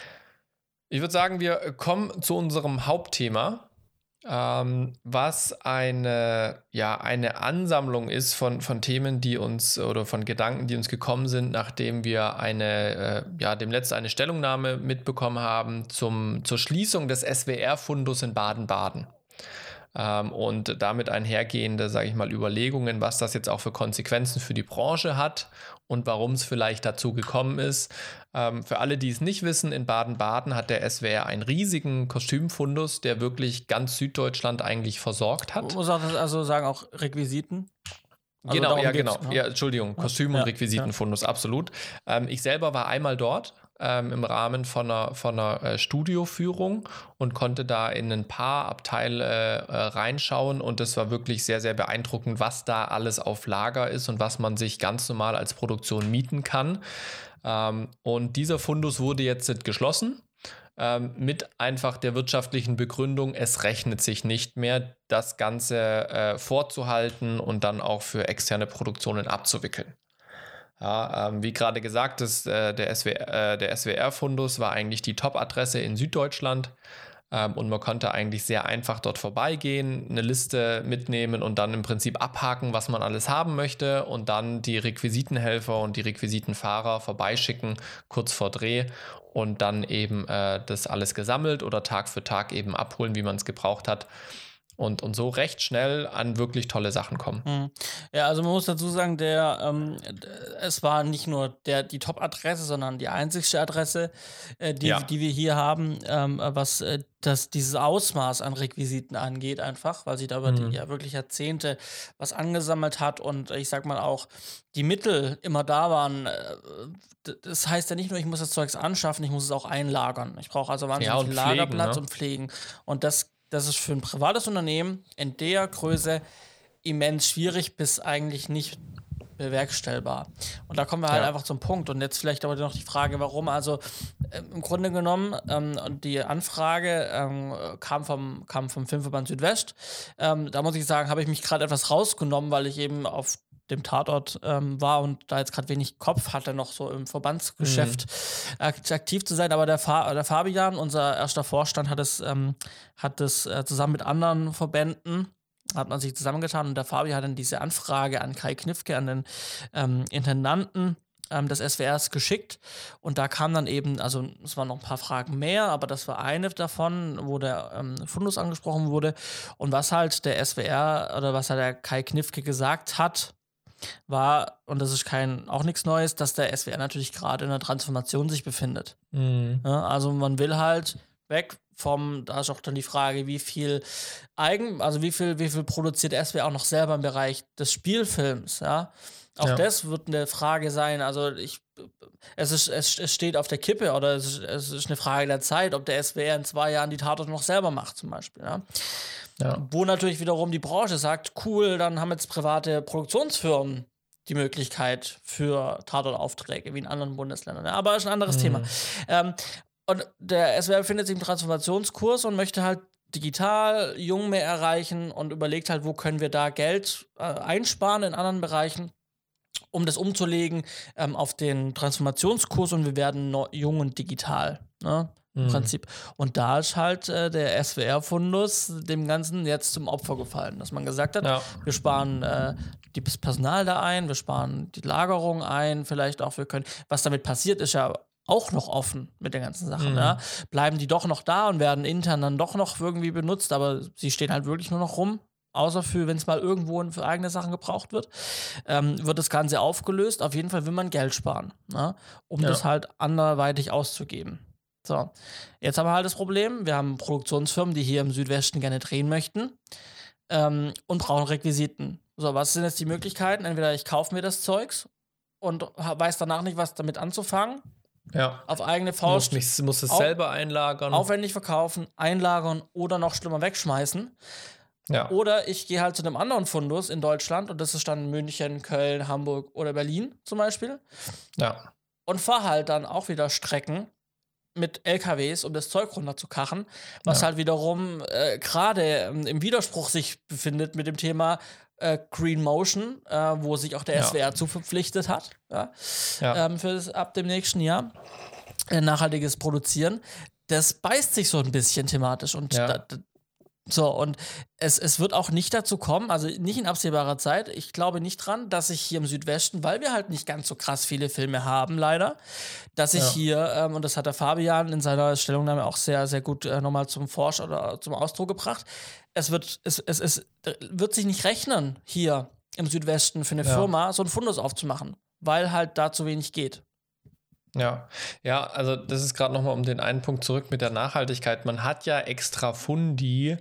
Ich würde sagen, wir kommen zu unserem Hauptthema, ähm, was eine, ja, eine Ansammlung ist von, von Themen, die uns oder von Gedanken, die uns gekommen sind, nachdem wir eine, äh, ja, dem letzten eine Stellungnahme mitbekommen haben zum, zur Schließung des S W R-Fundus in Baden-Baden. Ähm, und damit einhergehende, sage ich mal, Überlegungen, was das jetzt auch für Konsequenzen für die Branche hat und warum es vielleicht dazu gekommen ist. Ähm, für alle, die es nicht wissen, in Baden-Baden hat der S W R einen riesigen Kostümfundus, der wirklich ganz Süddeutschland eigentlich versorgt hat. Man muss auch also sagen, auch Requisiten. Also genau, ja, geht's, genau. ne? Ja, Entschuldigung, Kostüm- und ja, Requisitenfundus, ja. Absolut. Ähm, ich selber war einmal dort ähm, im Rahmen von einer, von einer äh, Studioführung und konnte da in ein paar Abteile äh, reinschauen und das war wirklich sehr, sehr beeindruckend, was da alles auf Lager ist und was man sich ganz normal als Produktion mieten kann. Ähm, und dieser Fundus wurde jetzt geschlossen. Ähm, mit einfach der wirtschaftlichen Begründung, es rechnet sich nicht mehr, das Ganze äh, vorzuhalten und dann auch für externe Produktionen abzuwickeln. Ja, ähm, wie gerade gesagt, ist, äh, der, S W R, äh, der S W R-Fundus war eigentlich die Top-Adresse in Süddeutschland ähm, und man konnte eigentlich sehr einfach dort vorbeigehen, eine Liste mitnehmen und dann im Prinzip abhaken, was man alles haben möchte und dann die Requisitenhelfer und die Requisitenfahrer vorbeischicken, kurz vor Dreh und dann eben äh, das alles gesammelt oder Tag für Tag eben abholen, wie man es gebraucht hat. Und, und so recht schnell an wirklich tolle Sachen kommen. Mhm. Ja, also man muss dazu sagen, der, ähm, es war nicht nur der, die Top-Adresse, sondern die einzigste Adresse, äh, die, Ja. die wir hier haben, ähm, was äh, das, dieses Ausmaß an Requisiten angeht, einfach, weil sich da über Mhm. die ja wirklich Jahrzehnte was angesammelt hat und ich sag mal auch, die Mittel immer da waren. Äh, d- das heißt ja nicht nur, ich muss das Zeugs anschaffen, ich muss es auch einlagern. Ich brauche also wahnsinnig Ja, und viel pflegen, Lagerplatz ne? und pflegen. Und das Das ist für ein privates Unternehmen in der Größe immens schwierig bis eigentlich nicht bewerkstellbar. Und da kommen wir halt Ja. einfach zum Punkt. Und jetzt vielleicht aber noch die Frage, warum. Also äh, im Grunde genommen, ähm, die Anfrage ähm, kam vom, kam vom Filmverband Südwest. Ähm, da muss ich sagen, habe ich mich gerade etwas rausgenommen, weil ich eben auf dem Tatort ähm, war und da jetzt gerade wenig Kopf hatte, noch so im Verbandsgeschäft Mhm. akt- aktiv zu sein. Aber der, Fa der Fabian, unser erster Vorstand, hat es, ähm, hat es äh, zusammen mit anderen Verbänden, hat man sich zusammengetan und der Fabian hat dann diese Anfrage an Kai Knifke, an den ähm, Intendanten ähm, des S W Rs geschickt und da kam dann eben, also es waren noch ein paar Fragen mehr, aber das war eine davon, wo der ähm, Fundus angesprochen wurde und was halt der S W R oder was halt der Kai Knifke gesagt hat, war, und das ist kein auch nichts Neues, dass der S W R natürlich gerade in der Transformation sich befindet. Mhm. Ja, also man will halt weg vom, da ist auch dann die Frage, wie viel Eigen, also wie viel, wie viel produziert S W R auch noch selber im Bereich des Spielfilms, ja. Auch Ja. das wird eine Frage sein, also ich, es, ist, es, es steht auf der Kippe oder es ist, es ist eine Frage der Zeit, ob der S W R in zwei Jahren die Tatort noch selber macht zum Beispiel, ja. Ja. Wo natürlich wiederum die Branche sagt, cool, dann haben jetzt private Produktionsfirmen die Möglichkeit für Tatortaufträge wie in anderen Bundesländern. Ja, aber ist ein anderes Mhm. Thema. Ähm, und der S W R befindet sich im Transformationskurs und möchte halt digital jung mehr erreichen und überlegt halt, wo können wir da Geld äh, einsparen in anderen Bereichen, um das umzulegen ähm, auf den Transformationskurs und wir werden no- jung und digital. Ne? Im Mhm. Prinzip. Und da ist halt äh, der S W R-Fundus dem Ganzen jetzt zum Opfer gefallen, dass man gesagt hat, Ja. wir sparen äh, die- das Personal da ein, wir sparen die Lagerung ein, vielleicht auch, wir können, was damit passiert, ist ja auch noch offen mit den ganzen Sachen. Mhm. Ja? Bleiben die doch noch da und werden intern dann doch noch irgendwie benutzt, aber sie stehen halt wirklich nur noch rum, außer für, wenn es mal irgendwo für eigene Sachen gebraucht wird, ähm, wird das Ganze aufgelöst. Auf jeden Fall will man Geld sparen, ne? Um Ja. das halt anderweitig auszugeben. So, jetzt haben wir halt das Problem, wir haben Produktionsfirmen, die hier im Südwesten gerne drehen möchten ähm, und brauchen Requisiten. So, was sind jetzt die Möglichkeiten? Entweder ich kaufe mir das Zeugs und ha- weiß danach nicht, was damit anzufangen, Ja. auf eigene Du musst, Faust mich, musst es Au- selber einlagern. aufwendig verkaufen, einlagern oder noch schlimmer wegschmeißen. Ja. Oder ich gehe halt zu einem anderen Fundus in Deutschland und das ist dann München, Köln, Hamburg oder Berlin zum Beispiel Ja. und fahre halt dann auch wieder Strecken mit L K Ws, um das Zeug runterzukachen, was Ja. halt wiederum äh, gerade ähm, im Widerspruch sich befindet mit dem Thema äh, Green Motion, äh, wo sich auch der Ja. S W R zu verpflichtet hat, ja, Ja. ähm, für das, ab dem nächsten Jahr äh, nachhaltiges Produzieren. Das beißt sich so ein bisschen thematisch und Ja. da, da, so, und es, es wird auch nicht dazu kommen, also nicht in absehbarer Zeit. Ich glaube nicht dran, dass ich hier im Südwesten, weil wir halt nicht ganz so krass viele Filme haben, leider, dass ich Ja. hier, ähm, und das hat der Fabian in seiner Stellungnahme auch sehr, sehr gut äh, nochmal zum Forsch oder zum Ausdruck gebracht. Es wird, es, es, es wird sich nicht rechnen, hier im Südwesten für eine Ja. Firma so einen Fundus aufzumachen, weil halt da zu wenig geht. Ja, ja, also das ist gerade nochmal um den einen Punkt zurück mit der Nachhaltigkeit. Man hat ja extra Fundi,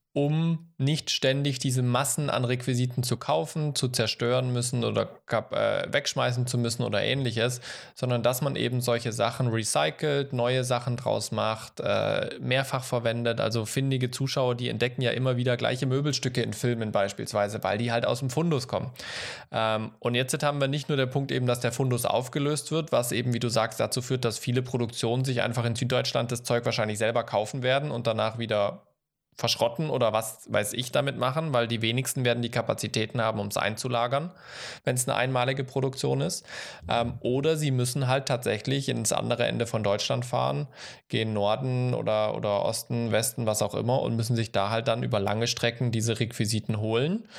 um nicht ständig diese Massen an Requisiten zu kaufen, zu zerstören müssen oder kap- äh, wegschmeißen zu müssen oder ähnliches, sondern dass man eben solche Sachen recycelt, neue Sachen draus macht, äh, mehrfach verwendet. Also findige Zuschauer, die entdecken ja immer wieder gleiche Möbelstücke in Filmen beispielsweise, weil die halt aus dem Fundus kommen. Ähm, und jetzt haben wir nicht nur den Punkt eben, dass der Fundus aufgelöst wird, was eben, wie du sagst, dazu führt, dass viele Produktionen sich einfach in Süddeutschland das Zeug wahrscheinlich selber kaufen werden und danach wieder verschrotten oder was weiß ich damit machen, weil die wenigsten werden die Kapazitäten haben, um es einzulagern, wenn es eine einmalige Produktion ist. Ähm, oder sie müssen halt tatsächlich ins andere Ende von Deutschland fahren, gehen Norden oder, oder Osten, Westen, was auch immer und müssen sich da halt dann über lange Strecken diese Requisiten holen.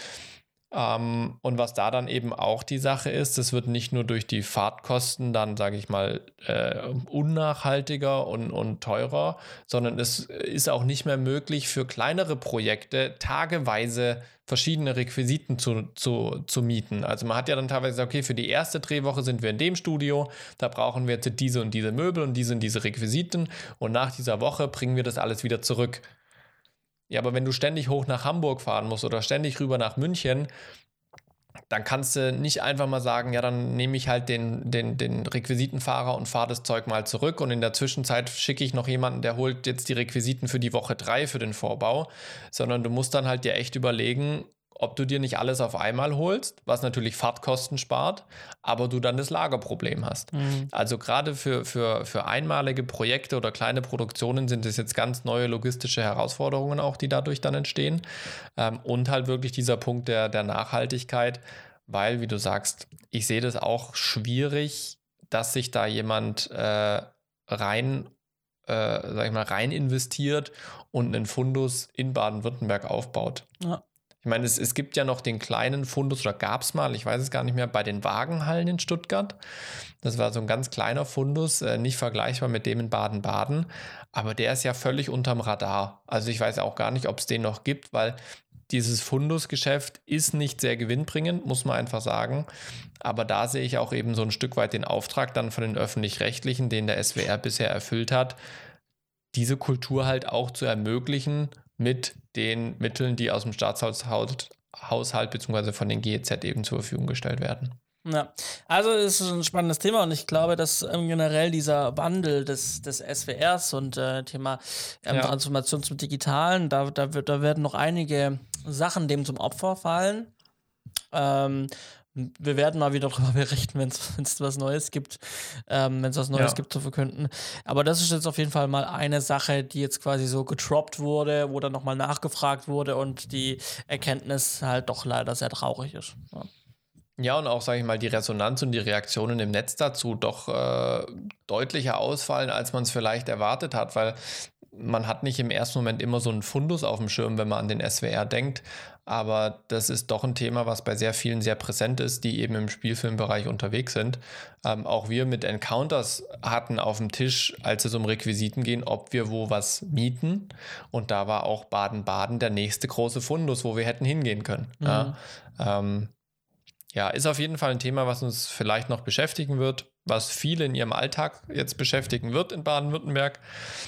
Ähm, und was da dann eben auch die Sache ist, es wird nicht nur durch die Fahrtkosten dann, sage ich mal, äh, unnachhaltiger und, und teurer, sondern es ist auch nicht mehr möglich für kleinere Projekte tageweise verschiedene Requisiten zu, zu, zu mieten. Also man hat ja dann teilweise gesagt, okay, für die erste Drehwoche sind wir in dem Studio, da brauchen wir jetzt diese und diese Möbel und diese und diese Requisiten und nach dieser Woche bringen wir das alles wieder zurück. Ja, aber wenn du ständig hoch nach Hamburg fahren musst oder ständig rüber nach München, dann kannst du nicht einfach mal sagen, ja, dann nehme ich halt den, den, den Requisitenfahrer und fahre das Zeug mal zurück und in der Zwischenzeit schicke ich noch jemanden, der holt jetzt die Requisiten für die Woche drei für den Vorbau, sondern du musst dann halt dir echt überlegen, ob du dir nicht alles auf einmal holst, was natürlich Fahrtkosten spart, aber du dann das Lagerproblem hast. Mhm. Also gerade für, für, für einmalige Projekte oder kleine Produktionen sind es jetzt ganz neue logistische Herausforderungen auch, die dadurch dann entstehen. Ähm, und halt wirklich dieser Punkt der, der Nachhaltigkeit, weil, wie du sagst, ich sehe das auch schwierig, dass sich da jemand äh, rein, äh, sag ich mal, rein investiert und einen Fundus in Baden-Württemberg aufbaut. Ja. Ich meine, es, es gibt ja noch den kleinen Fundus, oder gab es mal, ich weiß es gar nicht mehr, bei den Wagenhallen in Stuttgart. Das war so ein ganz kleiner Fundus, äh, nicht vergleichbar mit dem in Baden-Baden, aber der ist ja völlig unterm Radar. Also ich weiß auch gar nicht, ob es den noch gibt, weil dieses Fundusgeschäft ist nicht sehr gewinnbringend, muss man einfach sagen. Aber da sehe ich auch eben so ein Stück weit den Auftrag dann von den Öffentlich-Rechtlichen, den der S W R bisher erfüllt hat, diese Kultur halt auch zu ermöglichen, mit den Mitteln, die aus dem Staatshaushalt Haushalt bzw. von den G E Z eben zur Verfügung gestellt werden. Ja, also es ist ein spannendes Thema und ich glaube, dass ähm, generell dieser Wandel des, des S W Rs und äh, Thema ähm, ja. Transformation zum Digitalen, da, da, wird, da werden noch einige Sachen dem zum Opfer fallen. Ähm, Wir werden mal wieder darüber berichten, wenn es was Neues gibt, ähm, wenn es was Neues ja. gibt zu verkünden. Aber das ist jetzt auf jeden Fall mal eine Sache, die jetzt quasi so getroppt wurde, wo dann nochmal nachgefragt wurde und die Erkenntnis halt doch leider sehr traurig ist. Ja, ja und auch, sage ich mal, die Resonanz und die Reaktionen im Netz dazu doch äh, deutlicher ausfallen, als man es vielleicht erwartet hat, weil man hat nicht im ersten Moment immer so einen Fundus auf dem Schirm, wenn man an den S W R denkt, aber das ist doch ein Thema, was bei sehr vielen sehr präsent ist, die eben im Spielfilmbereich unterwegs sind. Ähm, auch wir mit Encounters hatten auf dem Tisch, als es um Requisiten ging, ob wir wo was mieten, und da war auch Baden-Baden der nächste große Fundus, wo wir hätten hingehen können. Mhm. Ja, ähm, ja, ist auf jeden Fall ein Thema, was uns vielleicht noch beschäftigen wird, was viele in ihrem Alltag jetzt beschäftigen wird in Baden-Württemberg.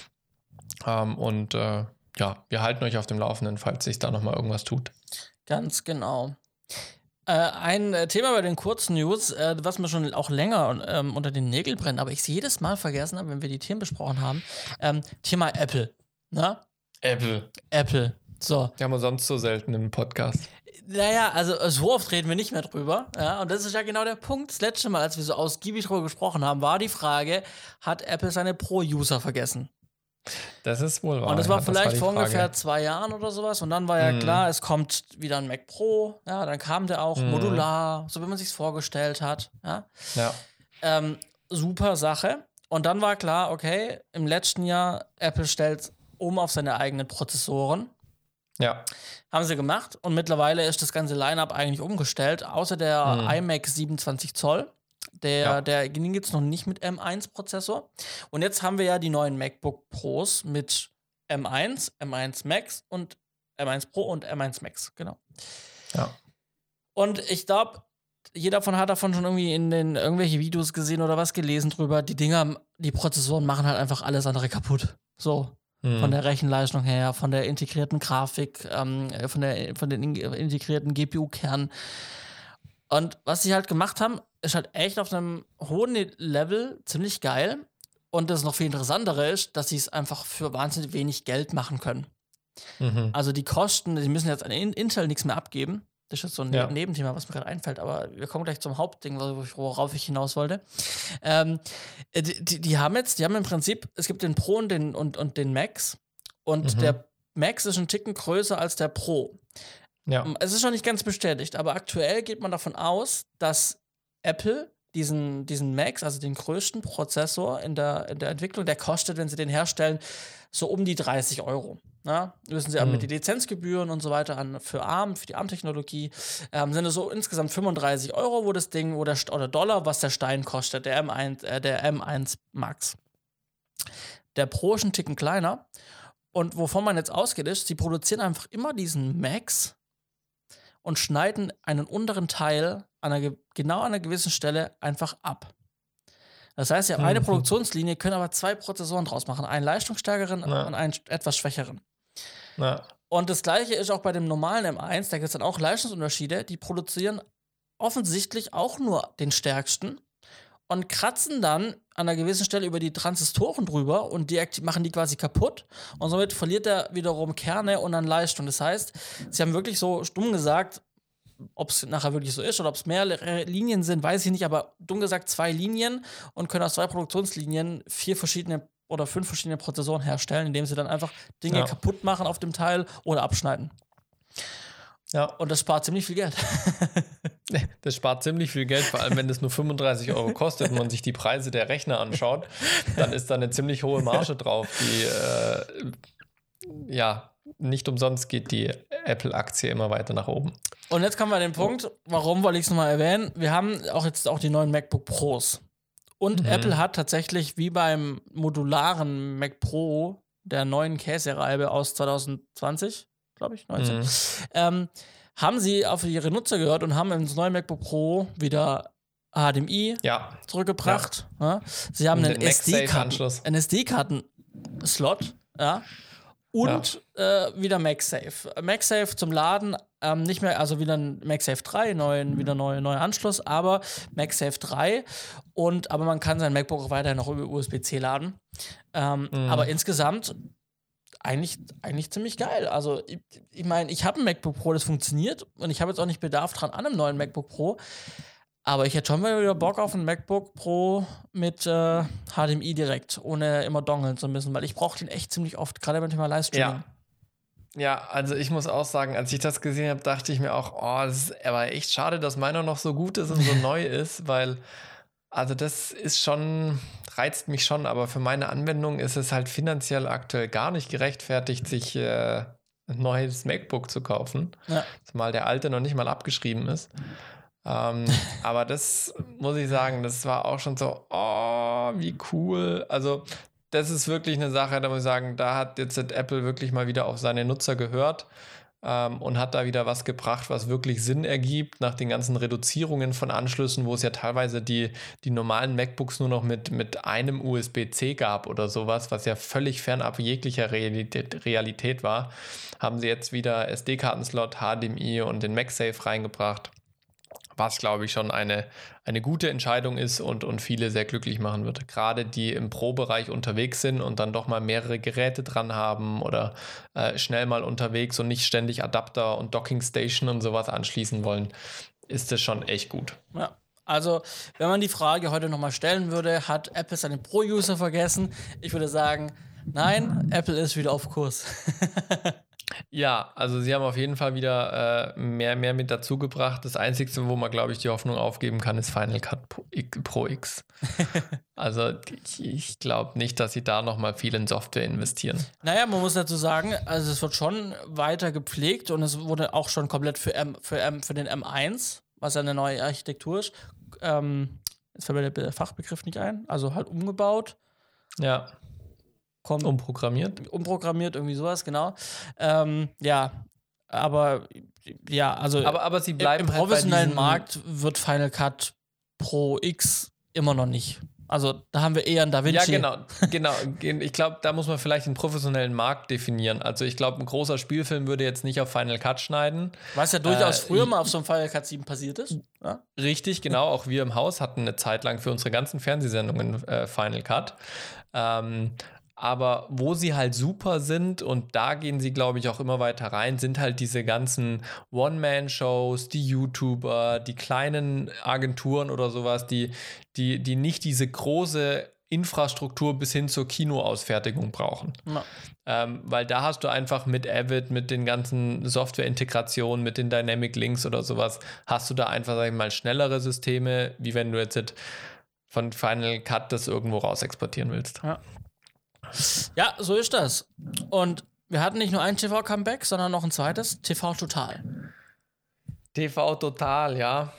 Um, und äh, ja, wir halten euch auf dem Laufenden, falls sich da nochmal irgendwas tut. Ganz genau. Äh, ein äh, Thema bei den kurzen News, äh, was mir schon auch länger ähm, unter den Nägeln brennt, aber ich es jedes Mal vergessen habe, wenn wir die Themen besprochen haben. Ähm, Thema Apple. Na? Apple. Apple. So. Die haben wir sonst so selten im Podcast. Naja, also so oft reden wir nicht mehr drüber. Ja, und das ist ja genau der Punkt. Das letzte Mal, als wir so ausgiebig drüber gesprochen haben, war die Frage, hat Apple seine Pro-User vergessen? Das ist wohl wahr. Und das war ja, vielleicht das war vor Frage. ungefähr zwei Jahren oder sowas. Und dann war ja Mhm. klar, es kommt wieder ein Mac Pro. Ja, dann kam der auch Mhm. modular, so wie man sich's vorgestellt hat. Ja. Ja. Ähm, super Sache. Und dann war klar, okay, im letzten Jahr, Apple stellt um auf seine eigenen Prozessoren. Ja. Haben sie gemacht. Und mittlerweile ist das ganze Line-Up eigentlich umgestellt. Außer der Mhm. iMac siebenundzwanzig Zoll. Der, Ja. der ging jetzt noch nicht mit M eins Prozessor. Und jetzt haben wir ja die neuen MacBook Pros mit M eins, M eins Max und M eins Pro und M eins Max, genau. Ja. Und ich glaube, jeder davon hat davon schon irgendwie in den irgendwelche Videos gesehen oder was gelesen drüber. Die Dinger, die Prozessoren machen halt einfach alles andere kaputt. So. Mhm. Von der Rechenleistung her, von der integrierten Grafik, ähm, von, der, von den in- integrierten G P U-Kernen. Und was sie halt gemacht haben, ist halt echt auf einem hohen Level ziemlich geil. Und das noch viel interessantere ist, dass sie es einfach für wahnsinnig wenig Geld machen können. Mhm. Also die Kosten, die müssen jetzt an In- Intel nichts mehr abgeben. Das ist jetzt so ein Ja. Ne- Nebenthema, was mir gerade einfällt, aber wir kommen gleich zum Hauptding, wo ich- worauf ich hinaus wollte. Ähm, äh, die, die, die haben jetzt, die haben im Prinzip, es gibt den Pro und den, und, und den Max. Und Mhm. der Max ist ein Ticken größer als der Pro. Ja. Es ist noch nicht ganz bestätigt, aber aktuell geht man davon aus, dass Apple diesen, diesen Max, also den größten Prozessor in der, in der Entwicklung, der kostet, wenn sie den herstellen, so um die dreißig Euro. Ja, müssen sie aber Mhm. mit den Lizenzgebühren und so weiter an für ARM, für die ARM-Technologie, ähm, sind es so insgesamt fünfunddreißig Euro, wo das Ding, wo der St- oder Dollar, was der Stein kostet, der M eins, äh, der M eins Max. Der Pro ist ein Ticken kleiner. Und wovon man jetzt ausgeht, ist, sie produzieren einfach immer diesen Max und schneiden einen unteren Teil an einer, ge- genau an einer gewissen Stelle einfach ab. Das heißt, sie haben eine Mhm. Produktionslinie, können aber zwei Prozessoren draus machen. Einen leistungsstärkeren Ja. und einen st- etwas schwächeren. Ja. Und das gleiche ist auch bei dem normalen M eins, da gibt es dann auch Leistungsunterschiede. Die produzieren offensichtlich auch nur den stärksten und kratzen dann an einer gewissen Stelle über die Transistoren drüber und die akti- machen die quasi kaputt und somit verliert er wiederum Kerne und dann Leistung. Das heißt, sie haben wirklich so stumm gesagt, ob es nachher wirklich so ist oder ob es mehr äh, Linien sind, weiß ich nicht, aber dumm gesagt zwei Linien und können aus zwei Produktionslinien vier verschiedene oder fünf verschiedene Prozessoren herstellen, indem sie dann einfach Dinge Ja. kaputt machen auf dem Teil oder abschneiden. Ja. Und das spart ziemlich viel Geld. Das spart ziemlich viel Geld, vor allem wenn es nur fünfunddreißig Euro kostet und man sich die Preise der Rechner anschaut, dann ist da eine ziemlich hohe Marge drauf, die äh, ja, nicht umsonst geht die Apple-Aktie immer weiter nach oben. Und jetzt kommen wir an den Punkt, warum wollte ich es nochmal erwähnen? Wir haben auch jetzt auch die neuen MacBook Pros. Und Mhm. Apple hat tatsächlich wie beim modularen Mac Pro der neuen Käsereibe aus zwanzig zwanzig, glaube ich, neunzehn, Mhm. ähm, haben sie auf ihre Nutzer gehört und haben ins neue MacBook Pro wieder H D M I Ja, zurückgebracht. Ja. Sie haben Und einen den MagSafe SD-Karten, Anschluss. einen S D-Karten-Slot, ja. Und äh, wieder MagSafe. MagSafe zum Laden, ähm, nicht mehr, also wieder ein MagSafe drei, neuen, wieder neuer neue Anschluss, aber MagSafe drei. Und, aber man kann sein MacBook auch weiterhin noch über U S B C laden. Ähm, Mhm. Aber insgesamt eigentlich, eigentlich ziemlich geil. Also, ich, ich meine, ich habe ein MacBook Pro, das funktioniert und ich habe jetzt auch nicht Bedarf dran an einem neuen MacBook Pro. Aber ich hätte schon mal wieder Bock auf ein MacBook Pro mit äh, H D M I direkt, ohne immer dongeln zu müssen, weil ich brauche den echt ziemlich oft, gerade beim Thema Livestreaming. Ja. Ja, also ich muss auch sagen, als ich das gesehen habe, dachte ich mir auch, oh, das ist aber echt schade, dass meiner noch so gut ist und so neu ist, weil, also das ist schon, reizt mich schon, aber für meine Anwendung ist es halt finanziell aktuell gar nicht gerechtfertigt, sich äh, ein neues MacBook zu kaufen, Ja. zumal der alte noch nicht mal abgeschrieben ist. Ähm, aber das muss ich sagen, das war auch schon so, oh, wie cool. Also das ist wirklich eine Sache, da muss ich sagen, da hat jetzt Apple wirklich mal wieder auf seine Nutzer gehört ähm, und hat da wieder was gebracht, was wirklich Sinn ergibt, nach den ganzen Reduzierungen von Anschlüssen, wo es ja teilweise die, die normalen MacBooks nur noch mit, mit einem U S B C gab oder sowas, was ja völlig fernab jeglicher Realität, Realität war, haben sie jetzt wieder S D-Kartenslot, H D M I und den MagSafe reingebracht. was, glaube ich, schon eine, eine gute Entscheidung ist und, und viele sehr glücklich machen wird. Gerade die im Pro-Bereich unterwegs sind und dann doch mal mehrere Geräte dran haben oder äh, schnell mal unterwegs und nicht ständig Adapter und Dockingstation und sowas anschließen wollen, ist das schon echt gut. Ja. Also, wenn man die Frage heute nochmal stellen würde, hat Apple seine Pro-User vergessen? Ich würde sagen, nein, Apple ist wieder auf Kurs. Ja, also sie haben auf jeden Fall wieder äh, mehr, mehr mit dazu gebracht. Das Einzige, wo man, glaube ich, die Hoffnung aufgeben kann, ist Final Cut Pro X. Also ich, ich glaube nicht, dass sie da nochmal viel in Software investieren. Naja, man muss dazu sagen, also es wird schon weiter gepflegt und es wurde auch schon komplett für, M, für, M, für den M eins, was ja eine neue Architektur ist, ähm, jetzt fällt mir der Fachbegriff nicht ein, also halt umgebaut. Ja. Kommt umprogrammiert. Umprogrammiert, irgendwie sowas, genau. Ähm, ja, aber ja, also aber, aber sie bleiben im halt professionellen Markt wird Final Cut Pro X immer noch nicht. Also da haben wir eher einen DaVinci. Ja, genau, genau. Ich glaube, da muss man vielleicht den professionellen Markt definieren. Also ich glaube, ein großer Spielfilm würde jetzt nicht auf Final Cut schneiden. Was ja durchaus äh, früher mal auf so einem Final Cut sieben passiert ist. Ja? Richtig, genau. Auch wir im Haus hatten eine Zeit lang für unsere ganzen Fernsehsendungen äh, Final Cut. Ähm, Aber wo sie halt super sind, und da gehen sie, glaube ich, auch immer weiter rein, sind halt diese ganzen One-Man-Shows, die YouTuber, die kleinen Agenturen oder sowas, die, die, die nicht diese große Infrastruktur bis hin zur Kinoausfertigung brauchen. No. Ähm, weil da hast du einfach mit Avid, mit den ganzen Software-Integrationen, mit den Dynamic Links oder sowas, hast du da einfach, sag ich mal, schnellere Systeme, wie wenn du jetzt von Final Cut das irgendwo raus exportieren willst. Ja. Ja, so ist das. Und wir hatten nicht nur ein T V-Comeback, sondern noch ein zweites, T V Total. T V Total, ja.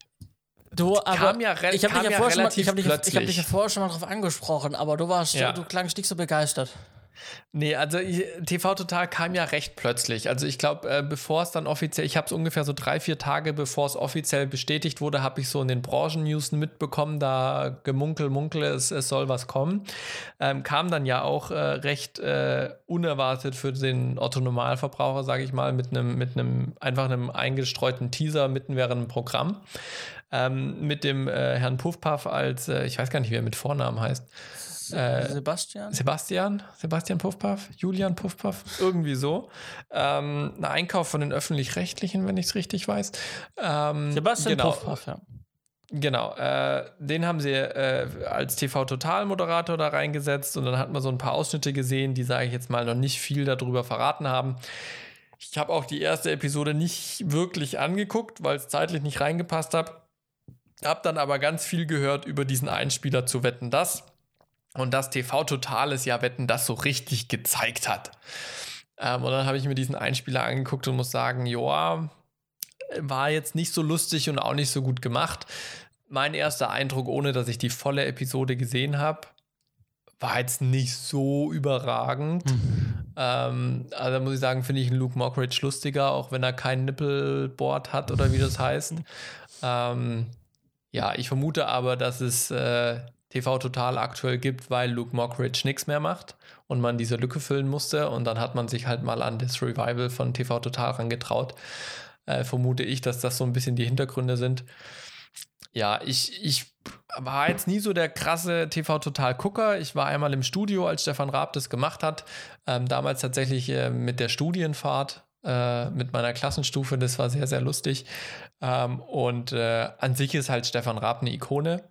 Du, aber kam ja, re- ich habe dich, ja ja mal, ich hab dich, plötzlich. ich hab dich ja vorher schon mal drauf angesprochen, aber du warst, ja. du klangst nicht so begeistert. Nee, also ich, T V Total kam ja recht plötzlich. Also ich glaube, äh, bevor es dann offiziell, ich habe es ungefähr so drei, vier Tage, bevor es offiziell bestätigt wurde, habe ich so in den Branchen-News mitbekommen, da gemunkel, munkel, es, es soll was kommen. Ähm, kam dann ja auch äh, recht äh, unerwartet für den Otto-Normalverbraucher, sage ich mal, mit einem mit einem einfach einem eingestreuten Teaser mitten während dem Programm. Ähm, mit dem äh, Herrn Puffpuff als, äh, ich weiß gar nicht, wie er mit Vornamen heißt. Äh, Sebastian? Sebastian? Sebastian Puffpuff? Julian Puffpuff? Irgendwie so. Ähm, ein Einkauf von den Öffentlich-Rechtlichen, wenn ich es richtig weiß. Ähm, Sebastian genau. Puffpuff, ja. Genau, äh, den haben sie äh, als T V-Total-Moderator da reingesetzt und dann hat man so ein paar Ausschnitte gesehen, die, sage ich jetzt mal, noch nicht viel darüber verraten haben. Ich habe auch die erste Episode nicht wirklich angeguckt, weil es zeitlich nicht reingepasst hat. Hab dann aber ganz viel gehört über diesen Einspieler zu Wetten, dass. Und dass T V Total es ja Wetten, das so richtig gezeigt hat. Ähm, und dann habe ich mir diesen Einspieler angeguckt und muss sagen, joa, war jetzt nicht so lustig und auch nicht so gut gemacht. Mein erster Eindruck, ohne dass ich die volle Episode gesehen habe, war jetzt nicht so überragend. Mhm. Ähm, also muss ich sagen, finde ich einen Luke Mockridge lustiger, auch wenn er kein Nippelboard hat oder wie das heißt. ähm, ja, ich vermute aber, dass es äh, T V Total aktuell gibt, weil Luke Mockridge nichts mehr macht und man diese Lücke füllen musste und dann hat man sich halt mal an das Revival von T V Total rangetraut. Äh, vermute ich, dass das so ein bisschen die Hintergründe sind. Ja, ich, ich war jetzt nie so der krasse T V Total-Gucker. Ich war einmal im Studio, als Stefan Raab das gemacht hat. Ähm, damals tatsächlich äh, mit der Studienfahrt äh, mit meiner Klassenstufe. Das war sehr, sehr lustig. Ähm, und äh, an sich ist halt Stefan Raab eine Ikone.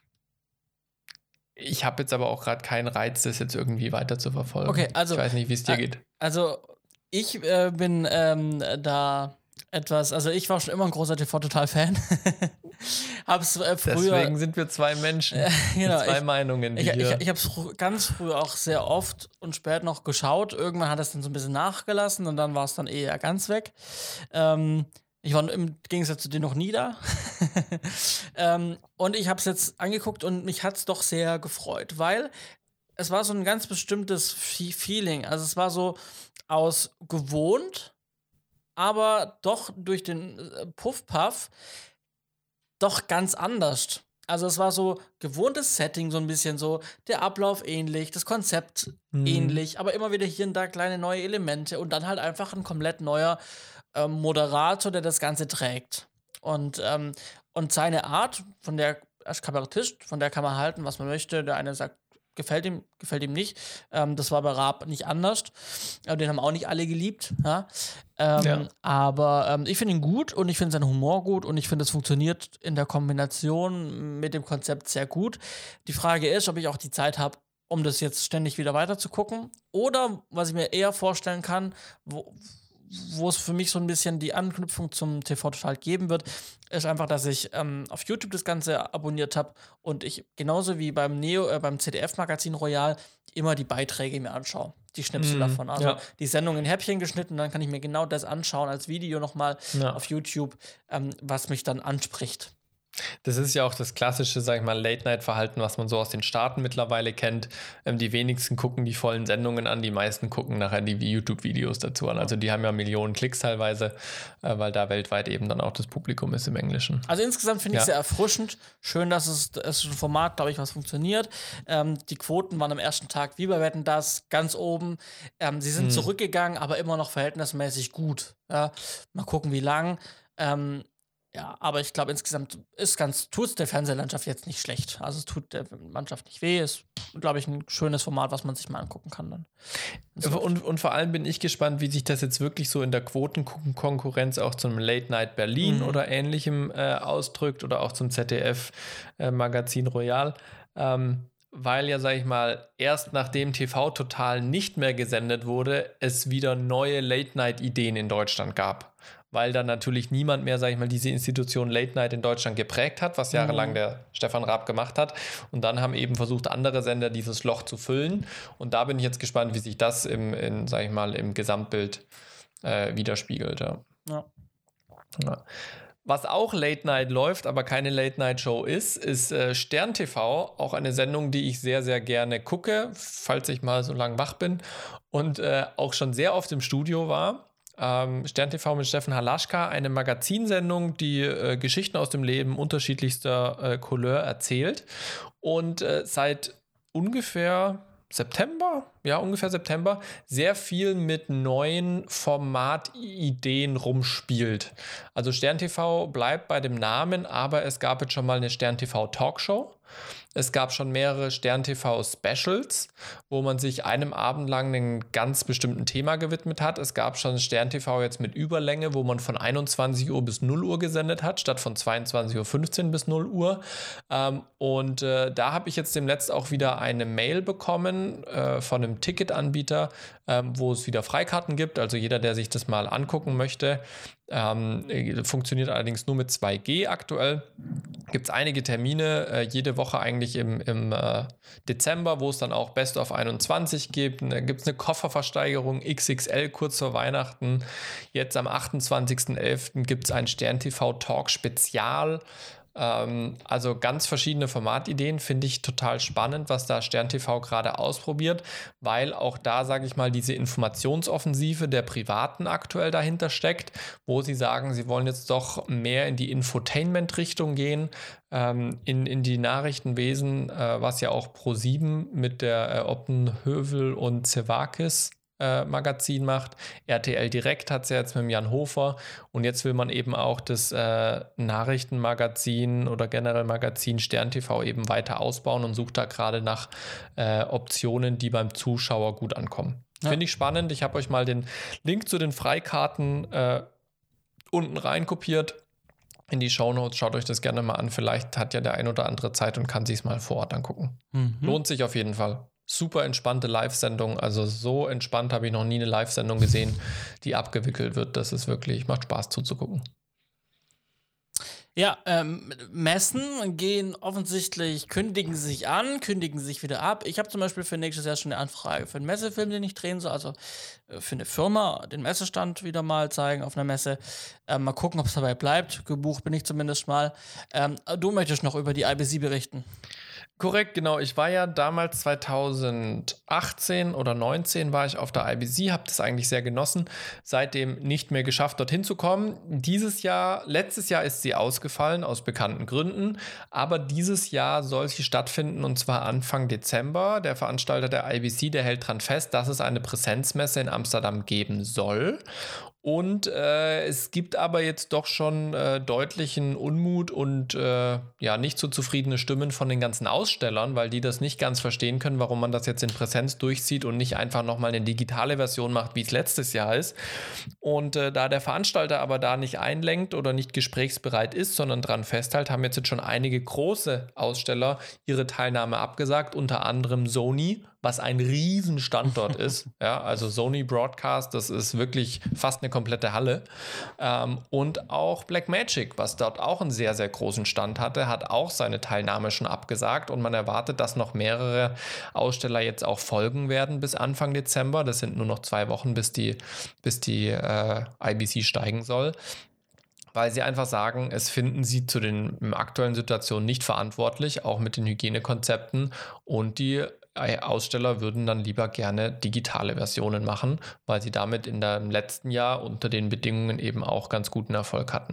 Ich habe jetzt aber auch gerade keinen Reiz, das jetzt irgendwie weiter zu verfolgen. Okay, also, ich weiß nicht, wie es dir äh, geht. Also ich äh, bin ähm, da etwas, also ich war schon immer ein großer T V-Total-Fan. hab's äh, früher, Deswegen sind wir zwei Menschen, äh, genau, mit zwei ich, Meinungen. Ich, ich, ich habe es fr- ganz früh auch sehr oft und spät noch geschaut. Irgendwann hat es dann so ein bisschen nachgelassen und dann war es dann eher ganz weg. Ähm, Ich war im Gegensatz zu dir noch nie da. ähm, und ich habe es jetzt angeguckt und mich hat es doch sehr gefreut, weil es war so ein ganz bestimmtes F- Feeling. Also es war so aus gewohnt, aber doch durch den äh, Puff-Puff doch ganz anders. Also es war so gewohntes Setting, so ein bisschen so, der Ablauf ähnlich, das Konzept mhm. ähnlich, aber immer wieder hier und da kleine neue Elemente und dann halt einfach ein komplett neuer Moderator, der das Ganze trägt. Und, ähm, und seine Art, von der, als Kabarettist, von der kann man halten, was man möchte. Der eine sagt, gefällt ihm, gefällt ihm nicht. Ähm, das war bei Raab nicht anders. Äh, den haben auch nicht alle geliebt. Ja? Ähm, Ja. Aber ähm, ich finde ihn gut und ich finde seinen Humor gut und ich finde, es funktioniert in der Kombination mit dem Konzept sehr gut. Die Frage ist, ob ich auch die Zeit habe, um das jetzt ständig wieder weiter zu gucken. Oder, was ich mir eher vorstellen kann, wo, wo es für mich so ein bisschen die Anknüpfung zum T V Total geben wird, ist einfach, dass ich ähm, auf YouTube das Ganze abonniert habe und ich genauso wie beim Neo, äh, beim Z D F-Magazin Royal immer die Beiträge mir anschaue. Die Schnipsel Mhm, davon. Also ja. die Sendung in Häppchen geschnitten, dann kann ich mir genau das anschauen als Video nochmal Ja. auf YouTube, ähm, was mich dann anspricht. Das ist ja auch das klassische, sag ich mal, Late-Night-Verhalten, was man so aus den Staaten mittlerweile kennt. Ähm, die wenigsten gucken die vollen Sendungen an, die meisten gucken nachher die YouTube-Videos dazu an. Also die haben ja Millionen Klicks teilweise, äh, weil da weltweit eben dann auch das Publikum ist im Englischen. Also insgesamt finde ich Ja. sehr erfrischend. Schön, dass es, es ist ein Format, glaube ich, was funktioniert. Ähm, die Quoten waren am ersten Tag wie bei Wetten, das ganz oben. Ähm, sie sind Hm. zurückgegangen, aber immer noch verhältnismäßig gut. Ja, mal gucken, wie lang. Ähm, ja, aber ich glaube, insgesamt ist ganz, tut es der Fernsehlandschaft jetzt nicht schlecht. Also es tut der Mannschaft nicht weh. Ist, glaube ich, ein schönes Format, was man sich mal angucken kann dann. Und, und vor allem bin ich gespannt, wie sich das jetzt wirklich so in der Quotenkonkurrenz auch zum Late Night Berlin Mhm. oder ähnlichem äh, ausdrückt oder auch zum Z D F-Magazin Royal. Ähm, weil ja, sag ich mal, erst nachdem T V Total nicht mehr gesendet wurde, es wieder neue Late-Night-Ideen in Deutschland gab. Weil dann natürlich niemand mehr, sag ich mal, diese Institution Late Night in Deutschland geprägt hat, was jahrelang Mhm. der Stefan Raab gemacht hat. Und dann haben eben versucht, andere Sender dieses Loch zu füllen. Und da bin ich jetzt gespannt, wie sich das im, in, sag ich mal, im Gesamtbild äh, widerspiegelt. Ja. Ja. Ja. Was auch Late Night läuft, aber keine Late Night Show ist, ist äh, Stern T V, auch eine Sendung, die ich sehr, sehr gerne gucke, falls ich mal so lang wach bin und äh, auch schon sehr oft im Studio war. Ähm, Stern T V mit Steffen Halaschka, eine Magazinsendung, die äh, Geschichten aus dem Leben unterschiedlichster äh, Couleur erzählt und äh, seit ungefähr September, ja, ungefähr September, sehr viel mit neuen Formatideen rumspielt. Also Stern T V bleibt bei dem Namen, aber es gab jetzt schon mal eine Stern T V Talkshow. Es gab schon mehrere Stern T V Specials, wo man sich einem Abend lang einem ganz bestimmten Thema gewidmet hat. Es gab schon Stern T V jetzt mit Überlänge, wo man von einundzwanzig Uhr bis null Uhr gesendet hat, statt von zweiundzwanzig Uhr fünfzehn bis null Uhr. Ähm, und äh, da habe ich jetzt demnächst auch wieder eine Mail bekommen äh, von einem Ticketanbieter, ähm, wo es wieder Freikarten gibt. Also jeder, der sich das mal angucken möchte, ähm, funktioniert allerdings nur mit zwei G aktuell. Gibt es einige Termine, äh, jede Woche eigentlich im, im äh, Dezember, wo es dann auch Best of einundzwanzig gibt. Dann gibt es eine Kofferversteigerung X X L kurz vor Weihnachten. Jetzt am achtundzwanzigsten elften gibt es ein Stern T V Talk Spezial. Ähm, also ganz verschiedene Formatideen, finde ich total spannend, was da Stern T V gerade ausprobiert, weil auch da, sage ich mal, diese Informationsoffensive der Privaten aktuell dahinter steckt, wo sie sagen, sie wollen jetzt doch mehr in die Infotainment-Richtung gehen, ähm, in, in die Nachrichtenwesen, äh, was ja auch ProSieben mit der äh, Optenhövel und Zewakis Äh, Magazin macht. R T L Direkt hat es ja jetzt mit dem Jan Hofer und jetzt will man eben auch das äh, Nachrichtenmagazin oder generell Magazin Stern T V eben weiter ausbauen und sucht da gerade nach äh, Optionen, die beim Zuschauer gut ankommen. Ja. Finde ich spannend. Ich habe euch mal den Link zu den Freikarten äh, unten rein kopiert in die Shownotes. Schaut euch das gerne mal an. Vielleicht hat ja der ein oder andere Zeit und kann sich es mal vor Ort angucken. Mhm. Lohnt sich auf jeden Fall. Super entspannte Live-Sendung. Also so entspannt habe ich noch nie eine Live-Sendung gesehen, die abgewickelt wird. Das ist wirklich, macht Spaß zuzugucken. Ja, ähm, Messen gehen offensichtlich, kündigen sich an, kündigen sich wieder ab. Ich habe zum Beispiel für nächstes Jahr schon eine Anfrage für einen Messefilm, den ich drehen soll, also äh, für eine Firma, den Messestand wieder mal zeigen auf einer Messe. Ähm, mal gucken, ob es dabei bleibt. Gebucht bin ich zumindest mal. Ähm, du möchtest noch über die I B C berichten. Korrekt, genau. Ich war ja damals zweitausendachtzehn oder neunzehn war ich auf der I B C, habe das eigentlich sehr genossen, seitdem nicht mehr geschafft, dorthin zu kommen. Dieses Jahr, letztes Jahr ist sie ausgefallen, aus bekannten Gründen, aber dieses Jahr soll sie stattfinden und zwar Anfang Dezember. Der Veranstalter der I B C, der hält dran fest, dass es eine Präsenzmesse in Amsterdam geben soll. Und äh, es gibt aber jetzt doch schon äh, deutlichen Unmut und äh, ja, nicht so zufriedene Stimmen von den ganzen Ausstellern, weil die das nicht ganz verstehen können, warum man das jetzt in Präsenz durchzieht und nicht einfach nochmal eine digitale Version macht, wie es letztes Jahr ist. Und äh, da der Veranstalter aber da nicht einlenkt oder nicht gesprächsbereit ist, sondern dran festhält, haben jetzt, jetzt schon einige große Aussteller ihre Teilnahme abgesagt, unter anderem Sony, was ein Riesenstandort ist. Ja, also Sony Broadcast, das ist wirklich fast eine komplette Halle. Ähm, und auch Blackmagic, was dort auch einen sehr, sehr großen Stand hatte, hat auch seine Teilnahme schon abgesagt und man erwartet, dass noch mehrere Aussteller jetzt auch folgen werden bis Anfang Dezember. Das sind nur noch zwei Wochen, bis die, bis die äh, I B C steigen soll. Weil sie einfach sagen, es finden sie zu den aktuellen Situationen nicht verantwortlich, auch mit den Hygienekonzepten, und die Aussteller würden dann lieber gerne digitale Versionen machen, weil sie damit in dem letzten Jahr unter den Bedingungen eben auch ganz guten Erfolg hatten.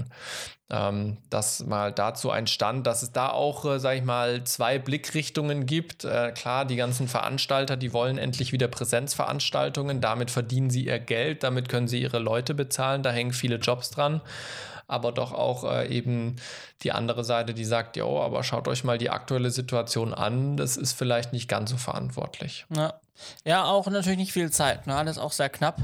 Ähm, das mal dazu ein Stand, dass es da auch, äh, sag ich mal, zwei Blickrichtungen gibt. Äh, klar, die ganzen Veranstalter, die wollen endlich wieder Präsenzveranstaltungen, damit verdienen sie ihr Geld, damit können sie ihre Leute bezahlen, da hängen viele Jobs dran. Aber doch auch äh, eben die andere Seite, die sagt, jo, aber schaut euch mal die aktuelle Situation an, das ist vielleicht nicht ganz so verantwortlich. Ja, ja, auch natürlich nicht viel Zeit, ne? Alles auch sehr knapp.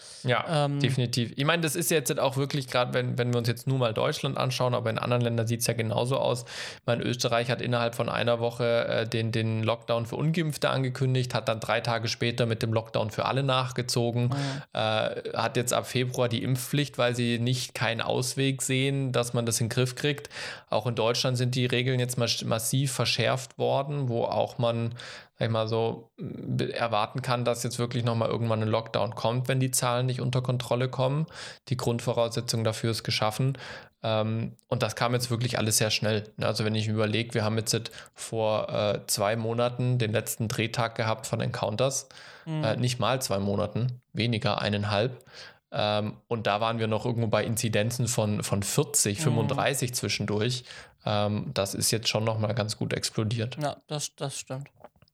Ja, ähm, definitiv. Ich meine, das ist jetzt auch wirklich, gerade wenn, wenn wir uns jetzt nur mal Deutschland anschauen, aber in anderen Ländern sieht es ja genauso aus. Ich meine, Österreich hat innerhalb von einer Woche äh, den, den Lockdown für Ungeimpfte angekündigt, hat dann drei Tage später mit dem Lockdown für alle nachgezogen, mhm. äh, hat jetzt ab Februar die Impfpflicht, weil sie nicht keinen Ausweg sehen, dass man das in den Griff kriegt. Auch in Deutschland sind die Regeln jetzt massiv verschärft worden, wo auch man sag ich mal so, erwarten kann, dass jetzt wirklich nochmal irgendwann ein Lockdown kommt, wenn die Zahlen nicht unter Kontrolle kommen. Die Grundvoraussetzung dafür ist geschaffen. Ähm, und das kam jetzt wirklich alles sehr schnell. Also wenn ich überlege, wir haben jetzt vor äh, zwei Monaten den letzten Drehtag gehabt von Encounters. Mhm. Äh, nicht mal zwei Monaten, weniger, eineinhalb. Ähm, und da waren wir noch irgendwo bei Inzidenzen von, von vierzig, fünfunddreißig mhm. zwischendurch. Ähm, das ist jetzt schon nochmal ganz gut explodiert. Ja, das, das stimmt.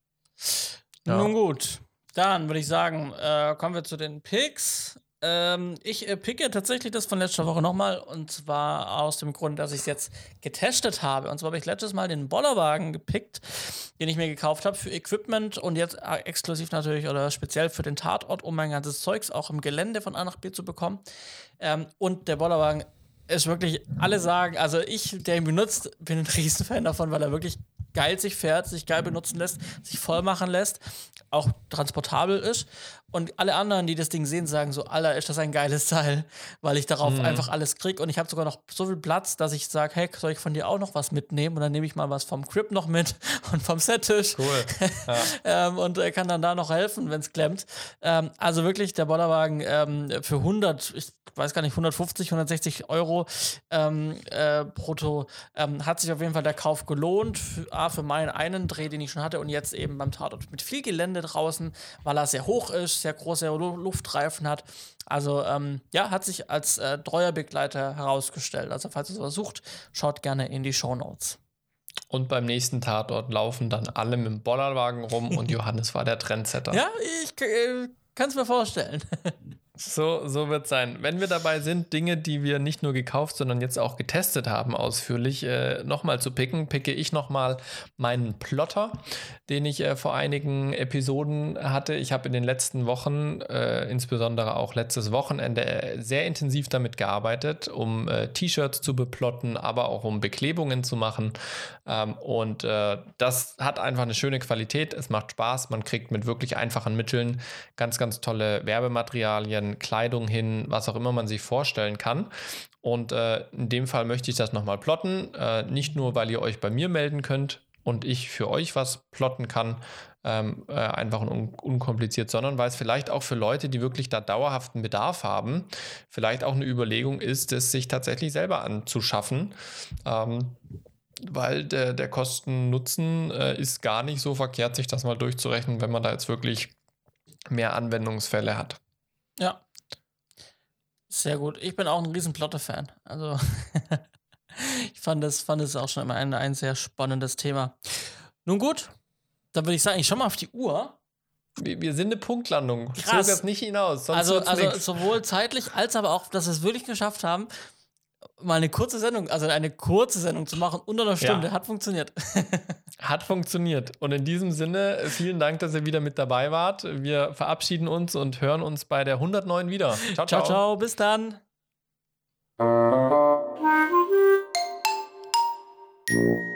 Ja. Nun gut, dann würde ich sagen, äh, kommen wir zu den Picks. Ähm, ich äh, picke tatsächlich das von letzter Woche nochmal, und zwar aus dem Grund, dass ich es jetzt getestet habe. Und zwar habe ich letztes Mal den Bollerwagen gepickt, den ich mir gekauft habe für Equipment und jetzt äh, exklusiv natürlich oder speziell für den Tatort, um mein ganzes Zeugs auch im Gelände von A nach B zu bekommen. Ähm, und der Bollerwagen ist wirklich, alle sagen, also ich, der ihn benutzt, bin ein Riesenfan davon, weil er wirklich geil sich fährt, sich geil benutzen lässt, sich voll machen lässt, auch transportabel ist. Und alle anderen, die das Ding sehen, sagen so, Alter, ist das ein geiles Teil, weil ich darauf mhm. einfach alles krieg. Und ich habe sogar noch so viel Platz, dass ich sage, hey, soll ich von dir auch noch was mitnehmen? Und dann nehme ich mal was vom Crib noch mit und vom Settisch. Cool. Ja. ähm, und äh, kann dann da noch helfen, wenn es klemmt. Ähm, also wirklich, der Bollerwagen ähm, für hundert, ich weiß gar nicht, hundertfünfzig, hundertsechzig Euro ähm, äh, brutto, ähm, hat sich auf jeden Fall der Kauf gelohnt. Für, A, für meinen einen Dreh, den ich schon hatte, und jetzt eben beim Tatort mit viel Gelände draußen, weil er sehr hoch ist, sehr große Luftreifen hat. Also ähm, ja, hat sich als äh, treuer Begleiter herausgestellt. Also falls ihr sowas sucht, schaut gerne in die Shownotes. Und beim nächsten Tatort laufen dann alle mit dem Bollerwagen rum und Johannes war der Trendsetter. Ja, ich äh, kann es mir vorstellen. So, so wird es sein. Wenn wir dabei sind, Dinge, die wir nicht nur gekauft, sondern jetzt auch getestet haben, ausführlich äh, nochmal zu picken, picke ich nochmal meinen Plotter, den ich äh, vor einigen Episoden hatte. Ich habe in den letzten Wochen, äh, insbesondere auch letztes Wochenende, äh, sehr intensiv damit gearbeitet, um äh, T-Shirts zu beplotten, aber auch um Beklebungen zu machen. Ähm, und äh, das hat einfach eine schöne Qualität. Es macht Spaß. Man kriegt mit wirklich einfachen Mitteln ganz, ganz tolle Werbematerialien, Kleidung hin, was auch immer man sich vorstellen kann. Und äh, in dem Fall möchte ich das nochmal plotten. Äh, nicht nur, weil ihr euch bei mir melden könnt und ich für euch was plotten kann, ähm, äh, einfach und un- unkompliziert, sondern weil es vielleicht auch für Leute, die wirklich da dauerhaften Bedarf haben, vielleicht auch eine Überlegung ist, es sich tatsächlich selber anzuschaffen. Ähm, weil der, der Kosten-Nutzen äh, ist gar nicht so verkehrt, sich das mal durchzurechnen, wenn man da jetzt wirklich mehr Anwendungsfälle hat. Ja. Sehr gut. Ich bin auch ein riesen Plotte-Fan. Also ich fand das, fand das auch schon immer ein, ein sehr spannendes Thema. Nun gut, dann würde ich sagen, ich schau mal auf die Uhr. Wir, wir sind eine Punktlandung. Krass. Zöger's nicht hinaus, sonst Also, wird's also nix. sowohl zeitlich als aber auch, dass wir es wirklich geschafft haben, mal eine kurze Sendung, also eine kurze Sendung zu machen, unter einer Stunde. Ja. Hat funktioniert. Hat funktioniert. Und in diesem Sinne, vielen Dank, dass ihr wieder mit dabei wart. Wir verabschieden uns und hören uns bei der hundertneun wieder. Ciao, ciao. Ciao, ciao, bis dann. Thank you.